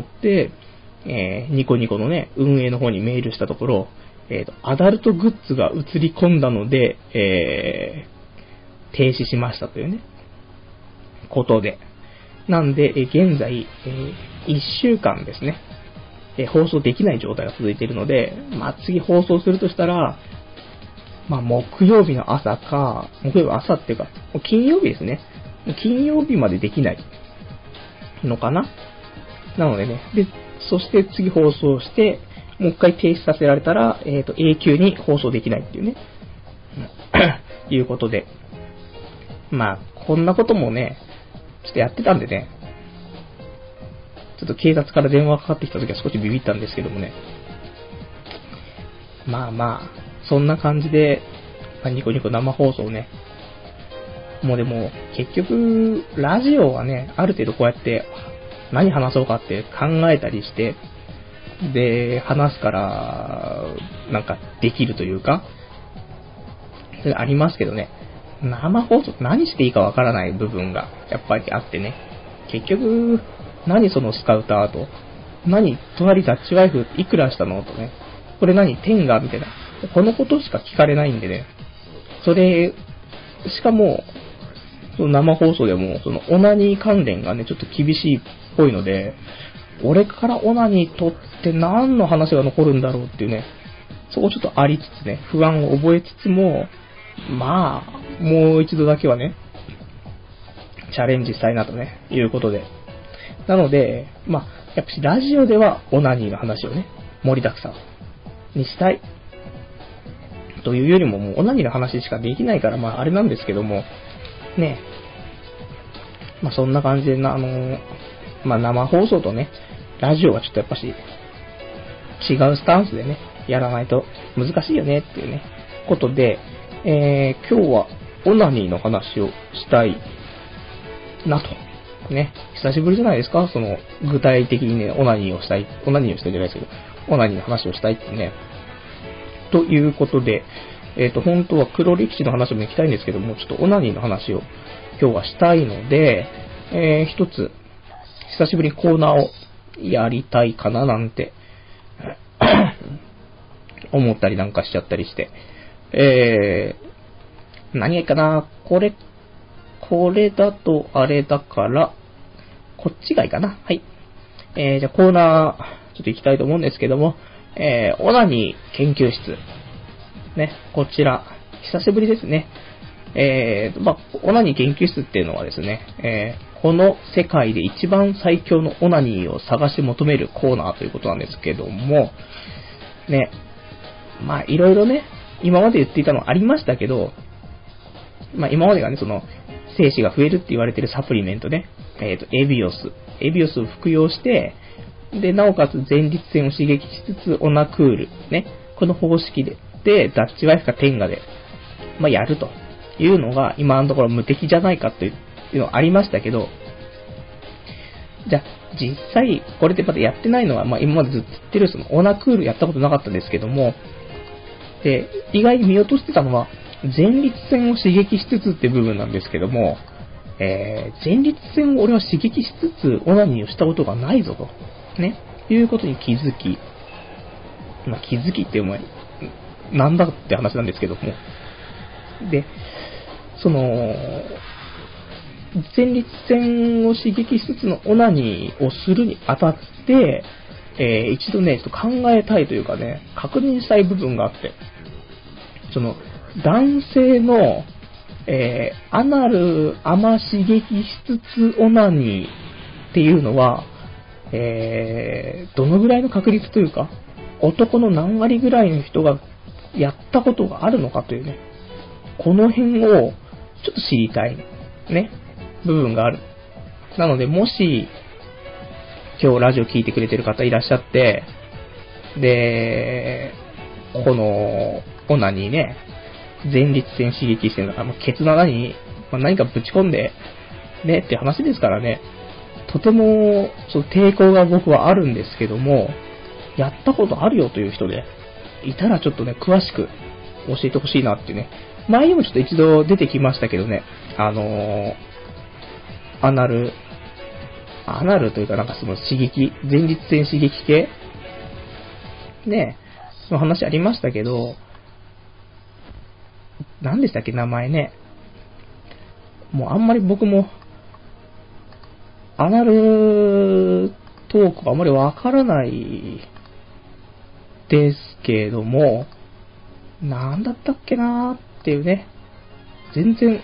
えー、ニコニコのね、運営の方にメールしたところ、えーと、アダルトグッズが映り込んだので、えー、停止しましたというね、ことで。なんで、えー、現在、えー、いっしゅうかんですね、えー、放送できない状態が続いているので、まあ、次放送するとしたら、まあ、木曜日の朝か、木曜日朝っていうか、金曜日ですね。金曜日までできないのかな。なのでね、で、そして次放送して、もう一回停止させられたら、えっと、永久に放送できないっていうね、いうことで。まあ、こんなこともね、ちょっとやってたんでね、ちょっと警察から電話かかってきた時は少しビビったんですけどもね。まあまあ、そんな感じで、まあ、ニコニコ生放送ね。もうでも、結局、ラジオはね、ある程度こうやって、何話そうかって考えたりして、で、話すから、なんかできるというか、それありますけどね、生放送何していいかわからない部分がやっぱりあってね、結局、何そのスカウターと、何隣ダッチワイフいくらしたのとね、これ何テンガみたいな、このことしか聞かれないんでね、それ、しかも、その生放送でも、そのオナニー関連がね、ちょっと厳しいっぽいので、俺からオナニーとって何の話が残るんだろうっていうね、そこちょっとありつつね、不安を覚えつつも、まあ、もう一度だけはね、チャレンジしたいなとね、いうことで。なので、まあ、やっぱしラジオではオナニーの話をね、盛りだくさんにしたい。というよりももうオナニーの話しかできないから、まああれなんですけども、ね、まあそんな感じでな、あのー、まあ生放送とね、ラジオはちょっとやっぱし、違うスタンスでね、やらないと難しいよねっていうね、ことで、えー、今日はオナニーの話をしたいなと。ね、久しぶりじゃないですか、その、具体的にね、オナニーをしたい、オナニーをしたいじゃないですけど、オナニーの話をしたいってね。ということで、えっと、本当は黒歴史の話も行きたいんですけども、ちょっとオナニーの話を今日はしたいので、えー、一つ、久しぶりにコーナーをやりたいかななんて、思ったりなんかしちゃったりして、えー、何がいいかな、これ、これだとあれだから、こっちがいいかな。はい。えー、じゃあコーナー、ちょっと行きたいと思うんですけども、えー、オナニー研究室。ね、こちら、久しぶりですね。えー、まあ、オナニー研究室っていうのはですね、えー、この世界で一番最強のオナニーを探し求めるコーナーということなんですけども、ね、まあ、いろいろね、今まで言っていたのありましたけど、まあ、今までがね、その、精子が増えるって言われているサプリメントね、えっと、エビオス。エビオスを服用して、で、なおかつ前立腺を刺激しつつ、オナクール、ね、この方式で、で、ダッチワイフかテンガで、まあ、やるというのが、今のところ無敵じゃないかというのありましたけど、じゃあ、実際、これでまだやってないのは、まあ、今までずっと言ってる、その、オナクールやったことなかったんですけども、で、意外に見落としてたのは、前立腺を刺激しつつって部分なんですけども、えー、前立腺を俺は刺激しつつオナニーをしたことがないぞと、ね、いうことに気づき、まあ、気づきってお前、なんだって話なんですけども、で、その、前立腺を刺激しつつのオナニーをするにあたって、 えー、一度ね、ちょっと考えたいというかね、確認したい部分があって、その、男性の、えー、アナル甘刺激しつつオナニーっていうのは、えー、どのぐらいの確率というか、男の何割ぐらいの人がやったことがあるのかというね、この辺をちょっと知りたい、ね、部分がある。なので、もし、今日ラジオ聞いてくれてる方いらっしゃって、で、この、オナにね、前立腺刺激してるのか、ケツの穴に何かぶち込んで、ね、って話ですからね、とても、その抵抗が僕はあるんですけども、やったことあるよという人で、いたらちょっとね、詳しく教えてほしいなっていうね。前にもちょっと一度出てきましたけどね、あのー、アナル、アナルというかなんかその刺激、前立腺刺激系ね、その話ありましたけど、何でしたっけ、名前ね。もうあんまり僕も、アナルトークがあんまりわからないですけども、なんだったっけなーっていうね、全然、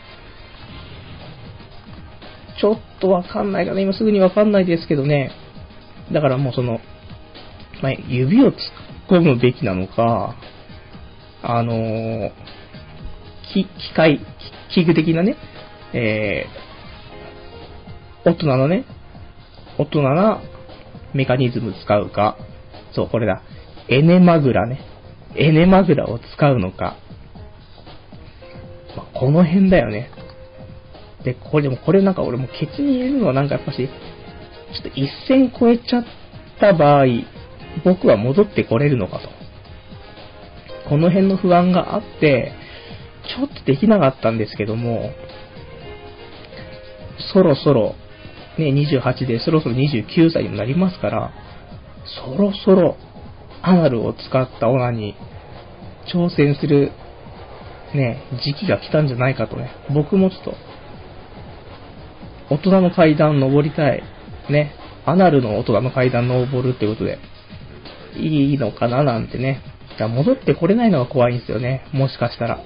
ちょっとわかんないかな、今すぐにわかんないですけどね、だからもうその、まあ、指を突っ込むべきなのか、あのー、機械、器具的なね、えー、大人のね、大人なメカニズム使うか、そう、これだ、エネマグラね、エネマグラを使うのか、まあ、この辺だよね。で、これでも、これなんか俺もケツに入れるのはなんかやっぱし、ちょっと一線超えちゃった場合、僕は戻ってこれるのかと。この辺の不安があって、ちょっとできなかったんですけども、そろそろ、ね、にじゅうはちでそろそろにじゅうきゅうさいにもなりますから、そろそろアナルを使ったオナに挑戦する、ね、時期が来たんじゃないかとね、僕もちょっと、大人の階段登りたい、ね、アナルの大人の階段登るってことで、いいのかななんてね、じゃあ戻ってこれないのが怖いんですよね、もしかしたら。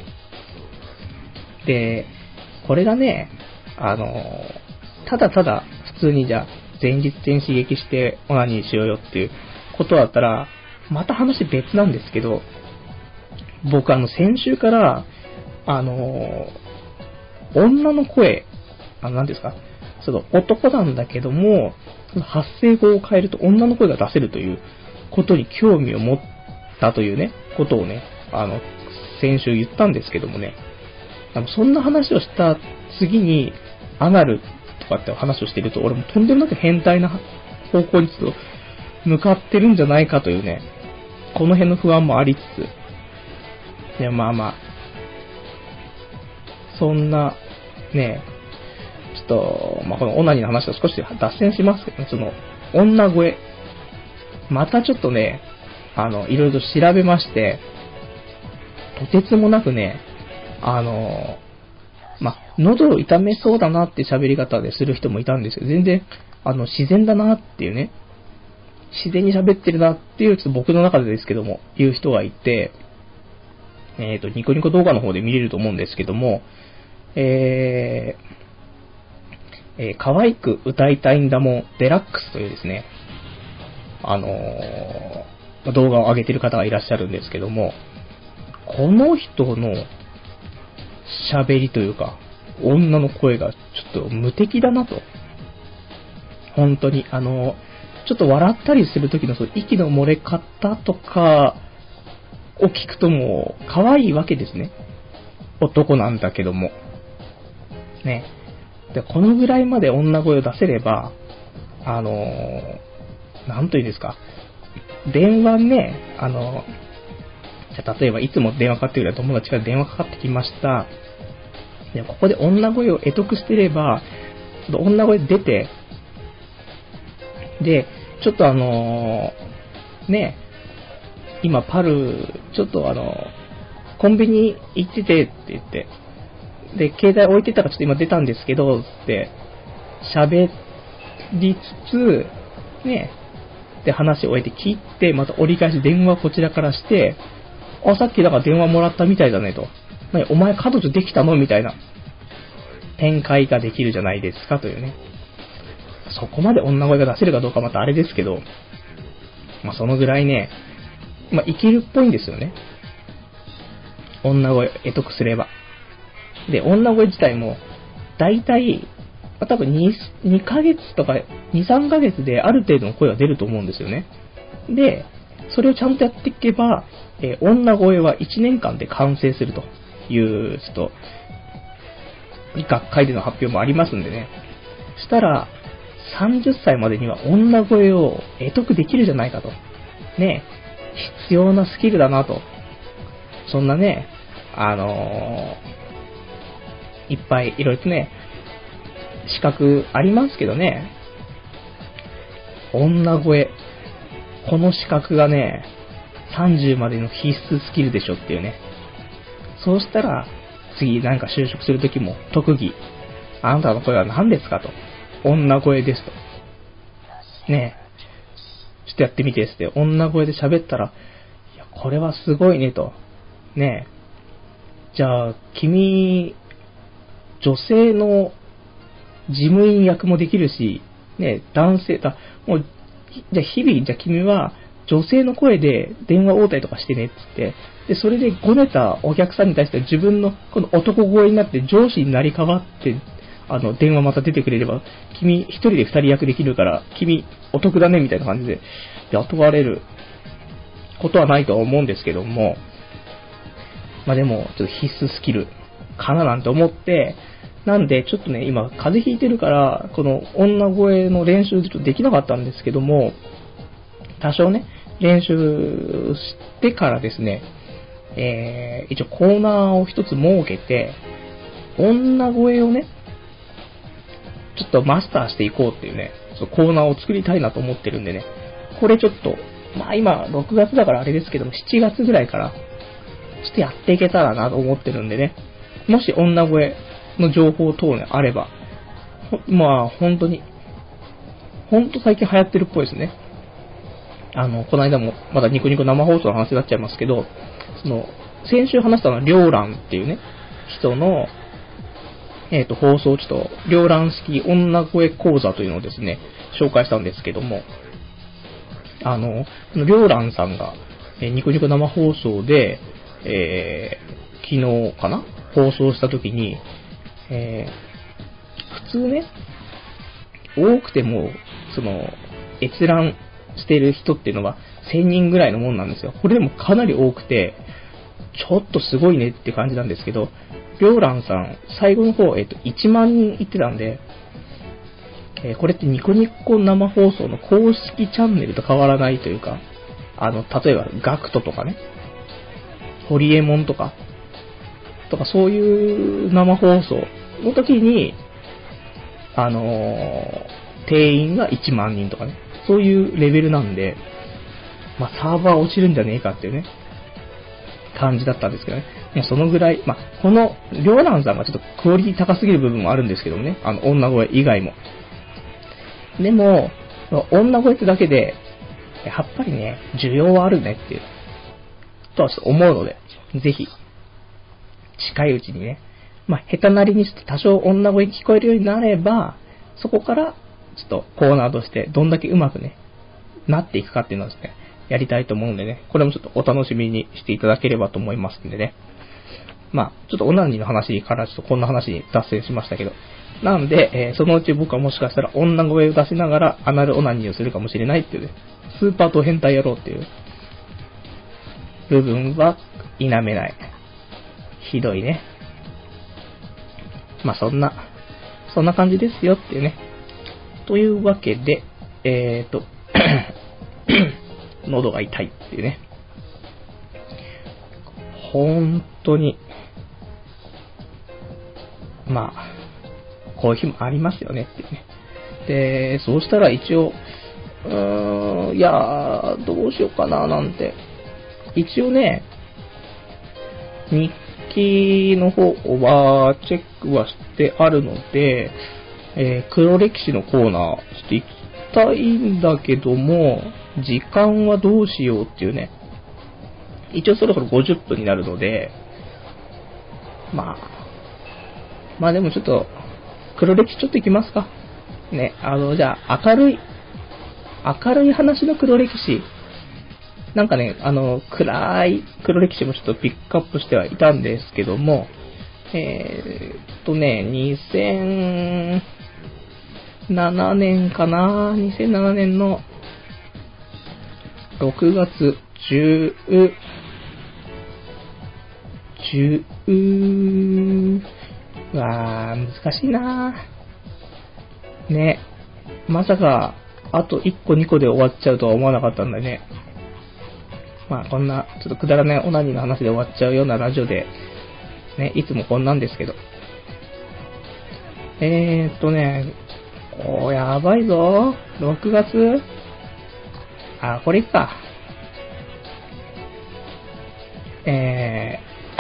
で、これがね、あの、ただただ普通にじゃあ前立腺刺激してオナニーしようよっていうことだったら、また話別なんですけど、僕あの先週から、あの、女の声、あの何ですか、その男なんだけども、発声法を変えると女の声が出せるということに興味を持ったというね、ことをね、あの、先週言ったんですけどもね、そんな話をした次に、アナルとかって話をしていると、俺もとんでもなく変態な方向にちょっと向かってるんじゃないかというね、この辺の不安もありつつ、いやまあまあ、そんな、ね、ちょっと、まあこのオナニーの話を少し脱線しますけどね、その、女声、またちょっとね、あの、いろいろと調べまして、とてつもなくね、あの、まあ、喉を痛めそうだなって喋り方でする人もいたんですよ。全然、あの、自然だなっていうね、自然に喋ってるなっていう、ちょっと僕の中でですけども、いう人がいて、えっと、ニコニコ動画の方で見れると思うんですけども、えー、えー、可愛く歌いたいんだもん、デラックスというですね、あのー、動画を上げてる方がいらっしゃるんですけども、この人の喋りというか、女の声がちょっと無敵だなと。本当に、あの、ちょっと笑ったりするときのその息の漏れ方とかを聞くともう可愛いわけですね。男なんだけども。ね。で、このぐらいまで女声を出せれば、あの、なんというんですか。電話ね、あの、じゃあ例えばいつも電話かかってくる友達から電話かかってきました。でここで女声を得得してれば、ちょっと女声出て、で、ちょっとあのー、ね、今パル、ちょっとあの、コンビニ行っててって言って、で、携帯置いてたからちょっと今出たんですけど、って、喋りつつ、ね、 で話を終えて切って、また折り返し電話こちらからして、あ、さっきだから電話もらったみたいだねと。何、お前彼女できたのみたいな展開ができるじゃないですかというね。そこまで女声が出せるかどうかまたあれですけど、まあそのぐらいね、まあいけるっぽいんですよね。女声得得すれば。で、女声自体も、だいたい、まあ、多分 2, 2ヶ月とかに、さんかげつである程度の声は出ると思うんですよね。で、それをちゃんとやっていけば、えー、女声はいちねんかんで完成するという、ちょっと、学会での発表もありますんでね。したら、さんじゅっさいまでには女声を得得できるじゃないかと。ね、必要なスキルだなと。そんなね、あのー、いっぱいいろいろとね、資格ありますけどね、女声、この資格がね、さんじゅうまでの必須スキルでしょっていうね。そうしたら、次なんか就職するときも、特技、あなたの声は何ですかと。女声ですと。ねえ、ちょっとやってみてって、女声で喋ったら、いや、これはすごいねと。ねえ、じゃあ、君、女性の事務員役もできるし、ねえ、男性だ、もう、じゃあ日々、じゃあ君は、女性の声で電話応対とかしてねっつって、で、それでごねたお客さんに対しては自分のこの男声になって上司になり変わって、あの、電話また出てくれれば、君一人で二人役できるから、君お得だねみたいな感じで雇われることはないとは思うんですけども、まあでも、ちょっと必須スキルかななんて思って、なんでちょっとね、今風邪ひいてるから、この女声の練習ちょっとできなかったんですけども、多少ね、練習してからですね、えー、一応コーナーを一つ設けて、女声をね、ちょっとマスターしていこうっていうね、そうコーナーを作りたいなと思ってるんでね、これちょっと、まあ今ろくがつだからあれですけども、しちがつぐらいから、ちょっとやっていけたらなと思ってるんでね、もし女声の情報等ね、あれば、まあ本当に、本当最近流行ってるっぽいですね。あの、この間も、まだニコニコ生放送の話になっちゃいますけど、その、先週話したのは、りょうらんっていうね、人の、えっと、放送、ちょっと、りょうらん式女声講座というのをですね、紹介したんですけども、あの、りょうらんさんが、えー、ニコニコ生放送で、えー、昨日かな放送したときに、えー、普通ね、多くても、その、閲覧している人っていうのはせんにんぐらいのもんなんですよ。これでもかなり多くて、ちょっとすごいねって感じなんですけど、りょうらんさん、最後の方、えっと、いちまんにんいってたんで、えー、これってニコニコ生放送の公式チャンネルと変わらないというか、あの、例えば、ガクトとかね、ホリエモンとか、とかそういう生放送の時に、あのー、定員がいちまんにんとかね、そういうレベルなんで、まあ、サーバー落ちるんじゃねえかっていうね、感じだったんですけどね。もうそのぐらい、まあ、この、りょうらんさんがちょっとクオリティ高すぎる部分もあるんですけどもね、あの、女声以外も。でも、女声ってだけで、やっぱりね、需要はあるねっていう、とはちょっと思うので、ぜひ、近いうちにね、まあ、下手なりにして多少女声聞こえるようになれば、そこから、ちょっとコーナーとしてどんだけうまくね、なっていくかっていうのをですね、やりたいと思うんでね、これもちょっとお楽しみにしていただければと思いますんでね。まあ、ちょっとオナニーの話からちょっとこんな話に脱線しましたけど、なんで、えー、そのうち僕はもしかしたら女声を出しながらアナルオナニーをするかもしれないっていうね、スーパーと変態野郎っていう部分は否めない。ひどいね。まあそんな、そんな感じですよっていうね。というわけで、えーと、喉が痛いっていうね。本当に、まあ、こういう日もありますよねっていうね。で、そうしたら一応、うーん、いやー、どうしようかななんて。一応ね、日記の方はチェックはしてあるので、えー、黒歴史のコーナー、ちょっと行きたいんだけども、 時間はどうしようっていうね。一応そろそろごじゅっぷんになるので、まあ、まあでもちょっと、黒歴史ちょっといきますか。ね、あの、じゃあ、明るい、明るい話の黒歴史。なんかね、あの、暗い黒歴史もちょっとピックアップしてはいたんですけども、えーっとね、にせんななねんかな ?にせんなな 年のろくがつじゅう、じゅう、わー、難しいなー。ね、まさか、あといっこにこで終わっちゃうとは思わなかったんだね。まあこんな、ちょっとくだらないオナニーの話で終わっちゃうようなラジオで、ね、いつもこんなんですけど。えーっとね、おー、やばいぞ。ろくがつあ、これいっか。え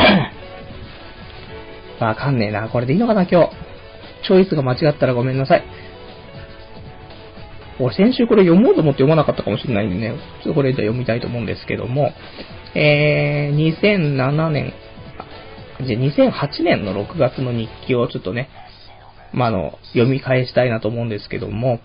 ー、わかんねえな。これでいいのかな、今日。チョイスが間違ったらごめんなさい。俺先週これ読もうと思って読まなかったかもしれないんでね。ちょっとこれじゃ読みたいと思うんですけども、えー、にせんななねん、じゃにせんはちねんのろくがつの日記をちょっとね、まあ、あの、読み返したいなと思うんですけども、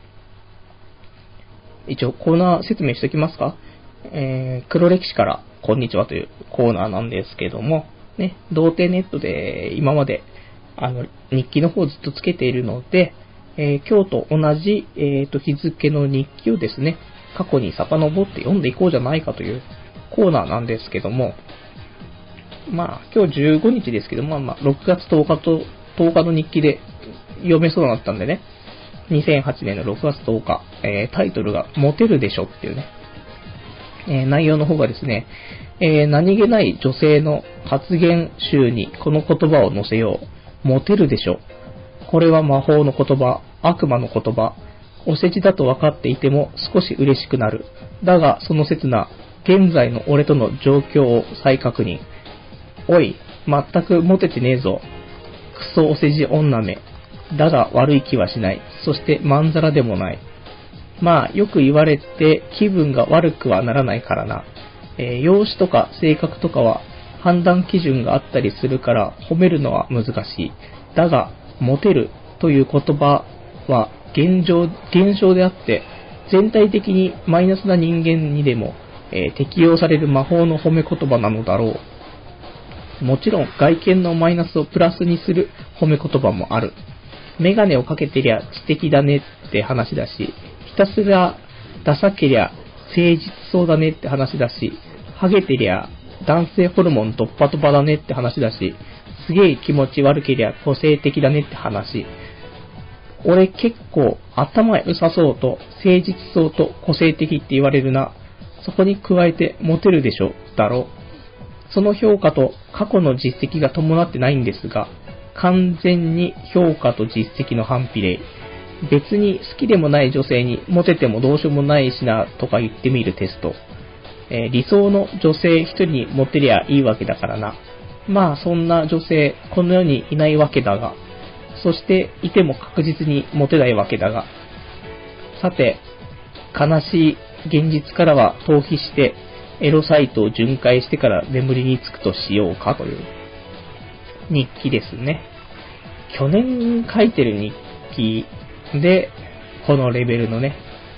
一応コーナー説明しておきますか。えー、黒歴史からこんにちはというコーナーなんですけども、ね、童貞ネットで今まで、あの、日記の方をずっとつけているので、えー、今日と同じ、えーと、日付の日記をですね、過去に遡って読んでいこうじゃないかというコーナーなんですけども、まあ、今日じゅうごにちですけども、まあ、ろくがつとおかと、とおかの日記で読めそうになったんでね、にせんはちねんのろくがつとおか、えー、タイトルがモテるでしょっていうね、えー、内容の方がですね、えー、何気ない女性の発言集にこの言葉を載せよう。モテるでしょ。これは魔法の言葉、悪魔の言葉。お世辞だと分かっていても少し嬉しくなる。だがその刹那、現在の俺との状況を再確認。おい、全くモテてねえぞ。クソお世辞女め。だが悪い気はしない。そしてまんざらでもない。まあよく言われて気分が悪くはならないからな。えー、容姿とか性格とかは判断基準があったりするから褒めるのは難しい。だがモテるという言葉は現状、現象であって全体的にマイナスな人間にでも、えー、適用される魔法の褒め言葉なのだろう。もちろん外見のマイナスをプラスにする褒め言葉もある。メガネをかけてりゃ知的だねって話だし、ひたすらダサけりゃ誠実そうだねって話だし、ハゲてりゃ男性ホルモンドッパドパだねって話だし、すげえ気持ち悪けりゃ個性的だねって話。俺結構頭良さそうと誠実そうと個性的って言われるな。そこに加えてモテるでしょだろ。その評価と過去の実績が伴ってないんですが、完全に評価と実績の反比例。別に好きでもない女性にモテてもどうしようもないしなとか言ってみるテスト。えー、理想の女性一人にモテりゃいいわけだからな。まあそんな女性この世にいないわけだが、そしていても確実にモテないわけだが、さて悲しい現実からは逃避してエロサイトを巡回してから眠りにつくとしようかという日記ですね。去年書いてる日記でこのレベルのね、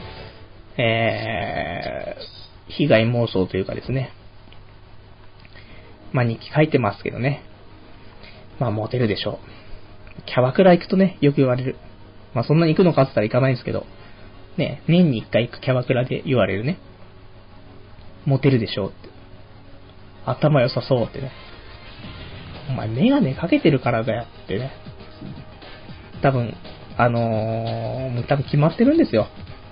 えー、被害妄想というかですね、まあ日記書いてますけどね、まあモテるでしょう。キャバクラ行くとね、よく言われる。まあそんなに行くのかって言ったら行かないんですけど、ね、年に一回行くキャバクラで言われるね。モテるでしょうって。頭良さそうってね。お前メガネかけてるからだよってね。多分、あのー、もう多分決まってるんですよ。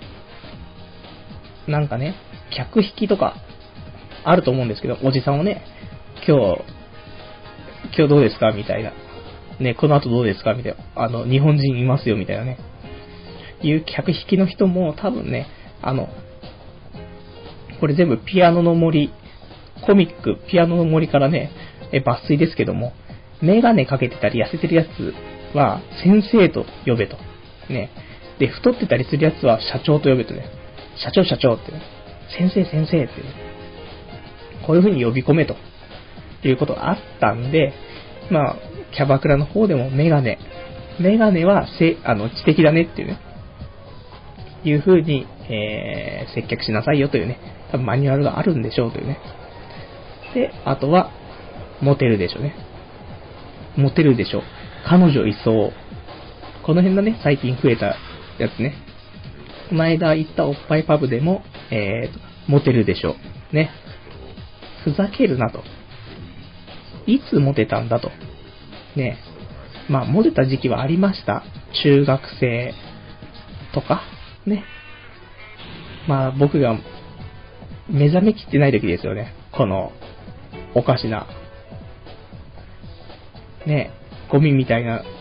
なんかね、客引きとかあると思うんですけど、おじさんをね、今日、今日どうですかみたいな。ね、この後どうですかみたいな。あの、日本人いますよみたいなね。いう客引きの人も多分ね、あの、これ全部ピアノの森、コミック、ピアノの森からね、え抜粋ですけども、メガネかけてたり痩せてるやつは先生と呼べと。ね。で、太ってたりするやつは社長と呼べとね。社長社長ってね。 先生先生って、ね、こういう風に呼び込めということがあったんで、まあ、キャバクラの方でもメガネ、メガネはせあの知的だねっていうね、いう風に、えー、接客しなさいよというね、多分マニュアルがあるんでしょうというね。で、あとは、モテるでしょうね。モテるでしょう。彼女いそう。この辺がね、最近増えたやつね。この間行ったおっぱいパブでも、えーと、モテるでしょう。ね。ふざけるなと。いつモテたんだと。ね。まあ、モテた時期はありました。中学生とか、ね。まあ、僕が目覚めきってない時ですよね。この、おかしな、ね、ゴミみたいな、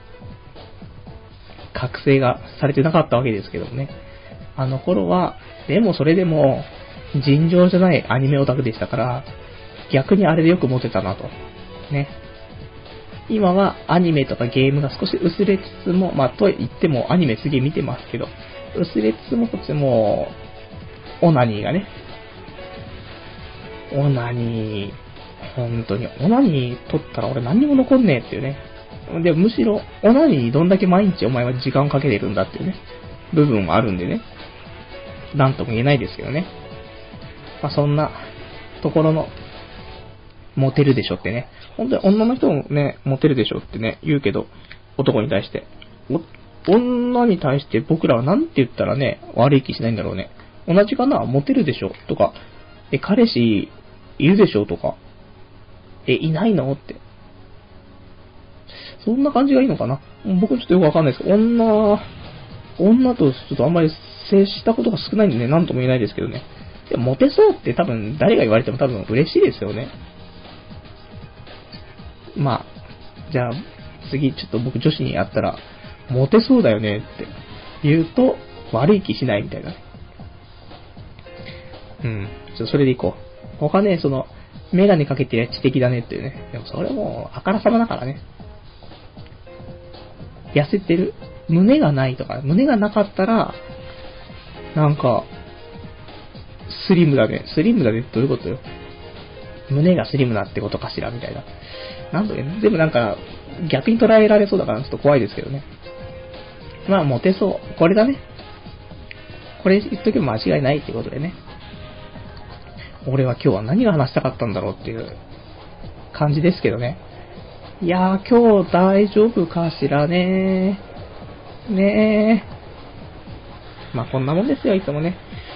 覚醒がされてなかったわけですけどもね。あの頃は、でもそれでも、尋常じゃないアニメオタクでしたから、逆にあれでよくモテたなと。ね。今はアニメとかゲームが少し薄れつつも、まあと言ってもアニメすげえ見てますけど、薄れつつもこっちも、オナニーがね、オナニー、本当に、オナニー取ったら俺何にも残んねえっていうね。で、むしろ、オナニーどんだけ毎日お前は時間をかけてるんだっていうね、部分もあるんでね。なんとも言えないですけどね。まあそんな、ところの、モテるでしょってね。本当に女の人もね、モテるでしょってね、言うけど、男に対して。女に対して僕らはなんて言ったらね、悪い気しないんだろうね。同じかな、モテるでしょとか、え、彼氏いるでしょとか、え、いないのって。そんな感じがいいのかな。僕ちょっとよくわかんないですけど、女、女とちょっとあんまり接したことが少ないんでね、なんとも言えないですけどね。でもモテそうって多分誰が言われても多分嬉しいですよね。まあ、じゃあ次ちょっと僕女子にやったら、モテそうだよねって言うと悪い気しないみたいな。うん。ちょっとそれでいこう。他ね、その、メガネかけて知的だねっていうね。でもそれもあからさまだからね。痩せてる。胸がないとか、胸がなかったら、なんか、スリムだね。スリムだねってどういうことよ。胸がスリムだってことかしらみたいな。なんだよね。でもなんか、逆に捉えられそうだからちょっと怖いですけどね。まあ、モテそう。これだね。これ言っとけば間違いないってことでね。俺は今日は何が話したかったんだろうっていう感じですけどね。いやー、今日大丈夫かしらねー。ねー。まあこんなもんですよ、いつもね。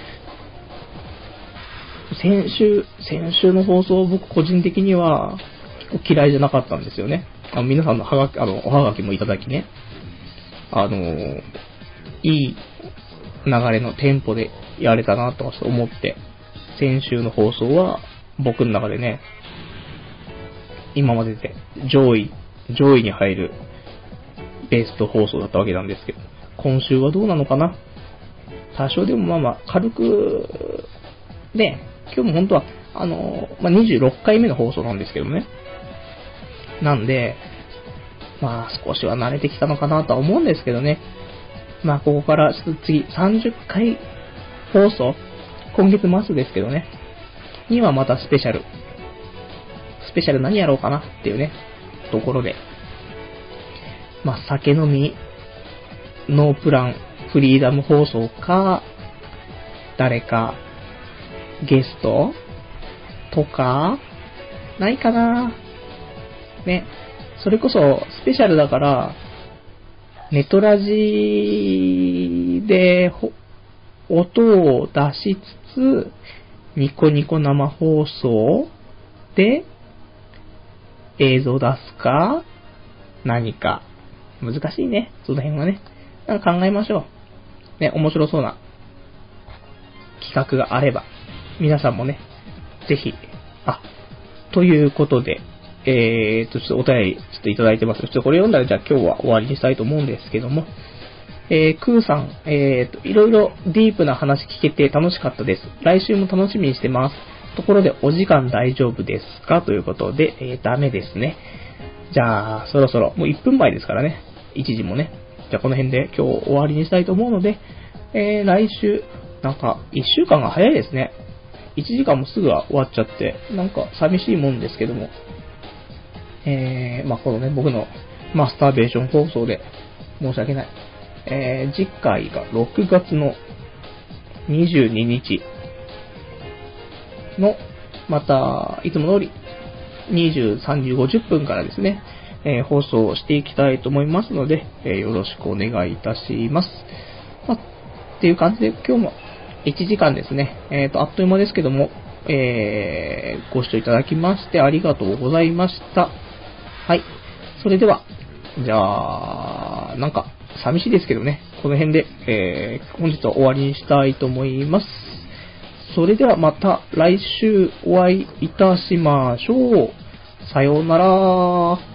先週、先週の放送僕個人的には結構嫌いじゃなかったんですよね。あの皆さんのはがき、あの、おはがきもいただきね。あのー、いい流れのテンポでやれたなと思って、先週の放送は僕の中でね、今までで上位、上位に入るベスト放送だったわけなんですけど、今週はどうなのかな。多少でもまあまあ軽く、ね、今日も本当は、あの、まあ、にじゅうろっかいめの放送なんですけどね。なんで、まあ少しは慣れてきたのかなとは思うんですけどね。まあここから次さんじゅっかい放送、今月末ですけどね。にはまたスペシャル。スペシャル何やろうかなっていうね、ところで。まあ酒飲み、ノープラン、フリーダム放送か、誰か、ゲストとか、ないかなね。それこそ、スペシャルだから、ネトラジで、音を出しつつ、ニコニコ生放送で、映像出すか、何か。難しいね。その辺はね。なんか考えましょう。ね、面白そうな企画があれば、皆さんもね、ぜひ、あ、ということで、えーと、ちょっとお便りちょっといただいてます。ちょっとこれ読んだらじゃあ今日は終わりにしたいと思うんですけども、えー、クーさん、えーと、いろいろディープな話聞けて楽しかったです。来週も楽しみにしてます。ところでお時間大丈夫ですかということで、えー、ダメですね。じゃあ、そろそろ、もういっぷんまえですからね。いちじもね。じゃあこの辺で今日終わりにしたいと思うので、えー、来週、 なんか、いっしゅうかんが早いですね。いちじかんもすぐ終わっちゃって、なんか寂しいもんですけども。えー、まあ、このね、僕のマスターベーション放送で申し訳ない。えー、次回がろくがつのにじゅうににちの、また、いつも通り、にじゅうさんじごじゅっぷんからですね、えー、放送をしていきたいと思いますので、えー、よろしくお願いいたします。まあ、っていう感じで、今日もいちじかんですね、えーと、あっという間ですけども、えー、ご視聴いただきましてありがとうございました。はい。それでは、じゃあ、なんか、寂しいですけどね、この辺で、えー、本日は終わりにしたいと思います。それではまた来週お会いいたしましょう。さようなら。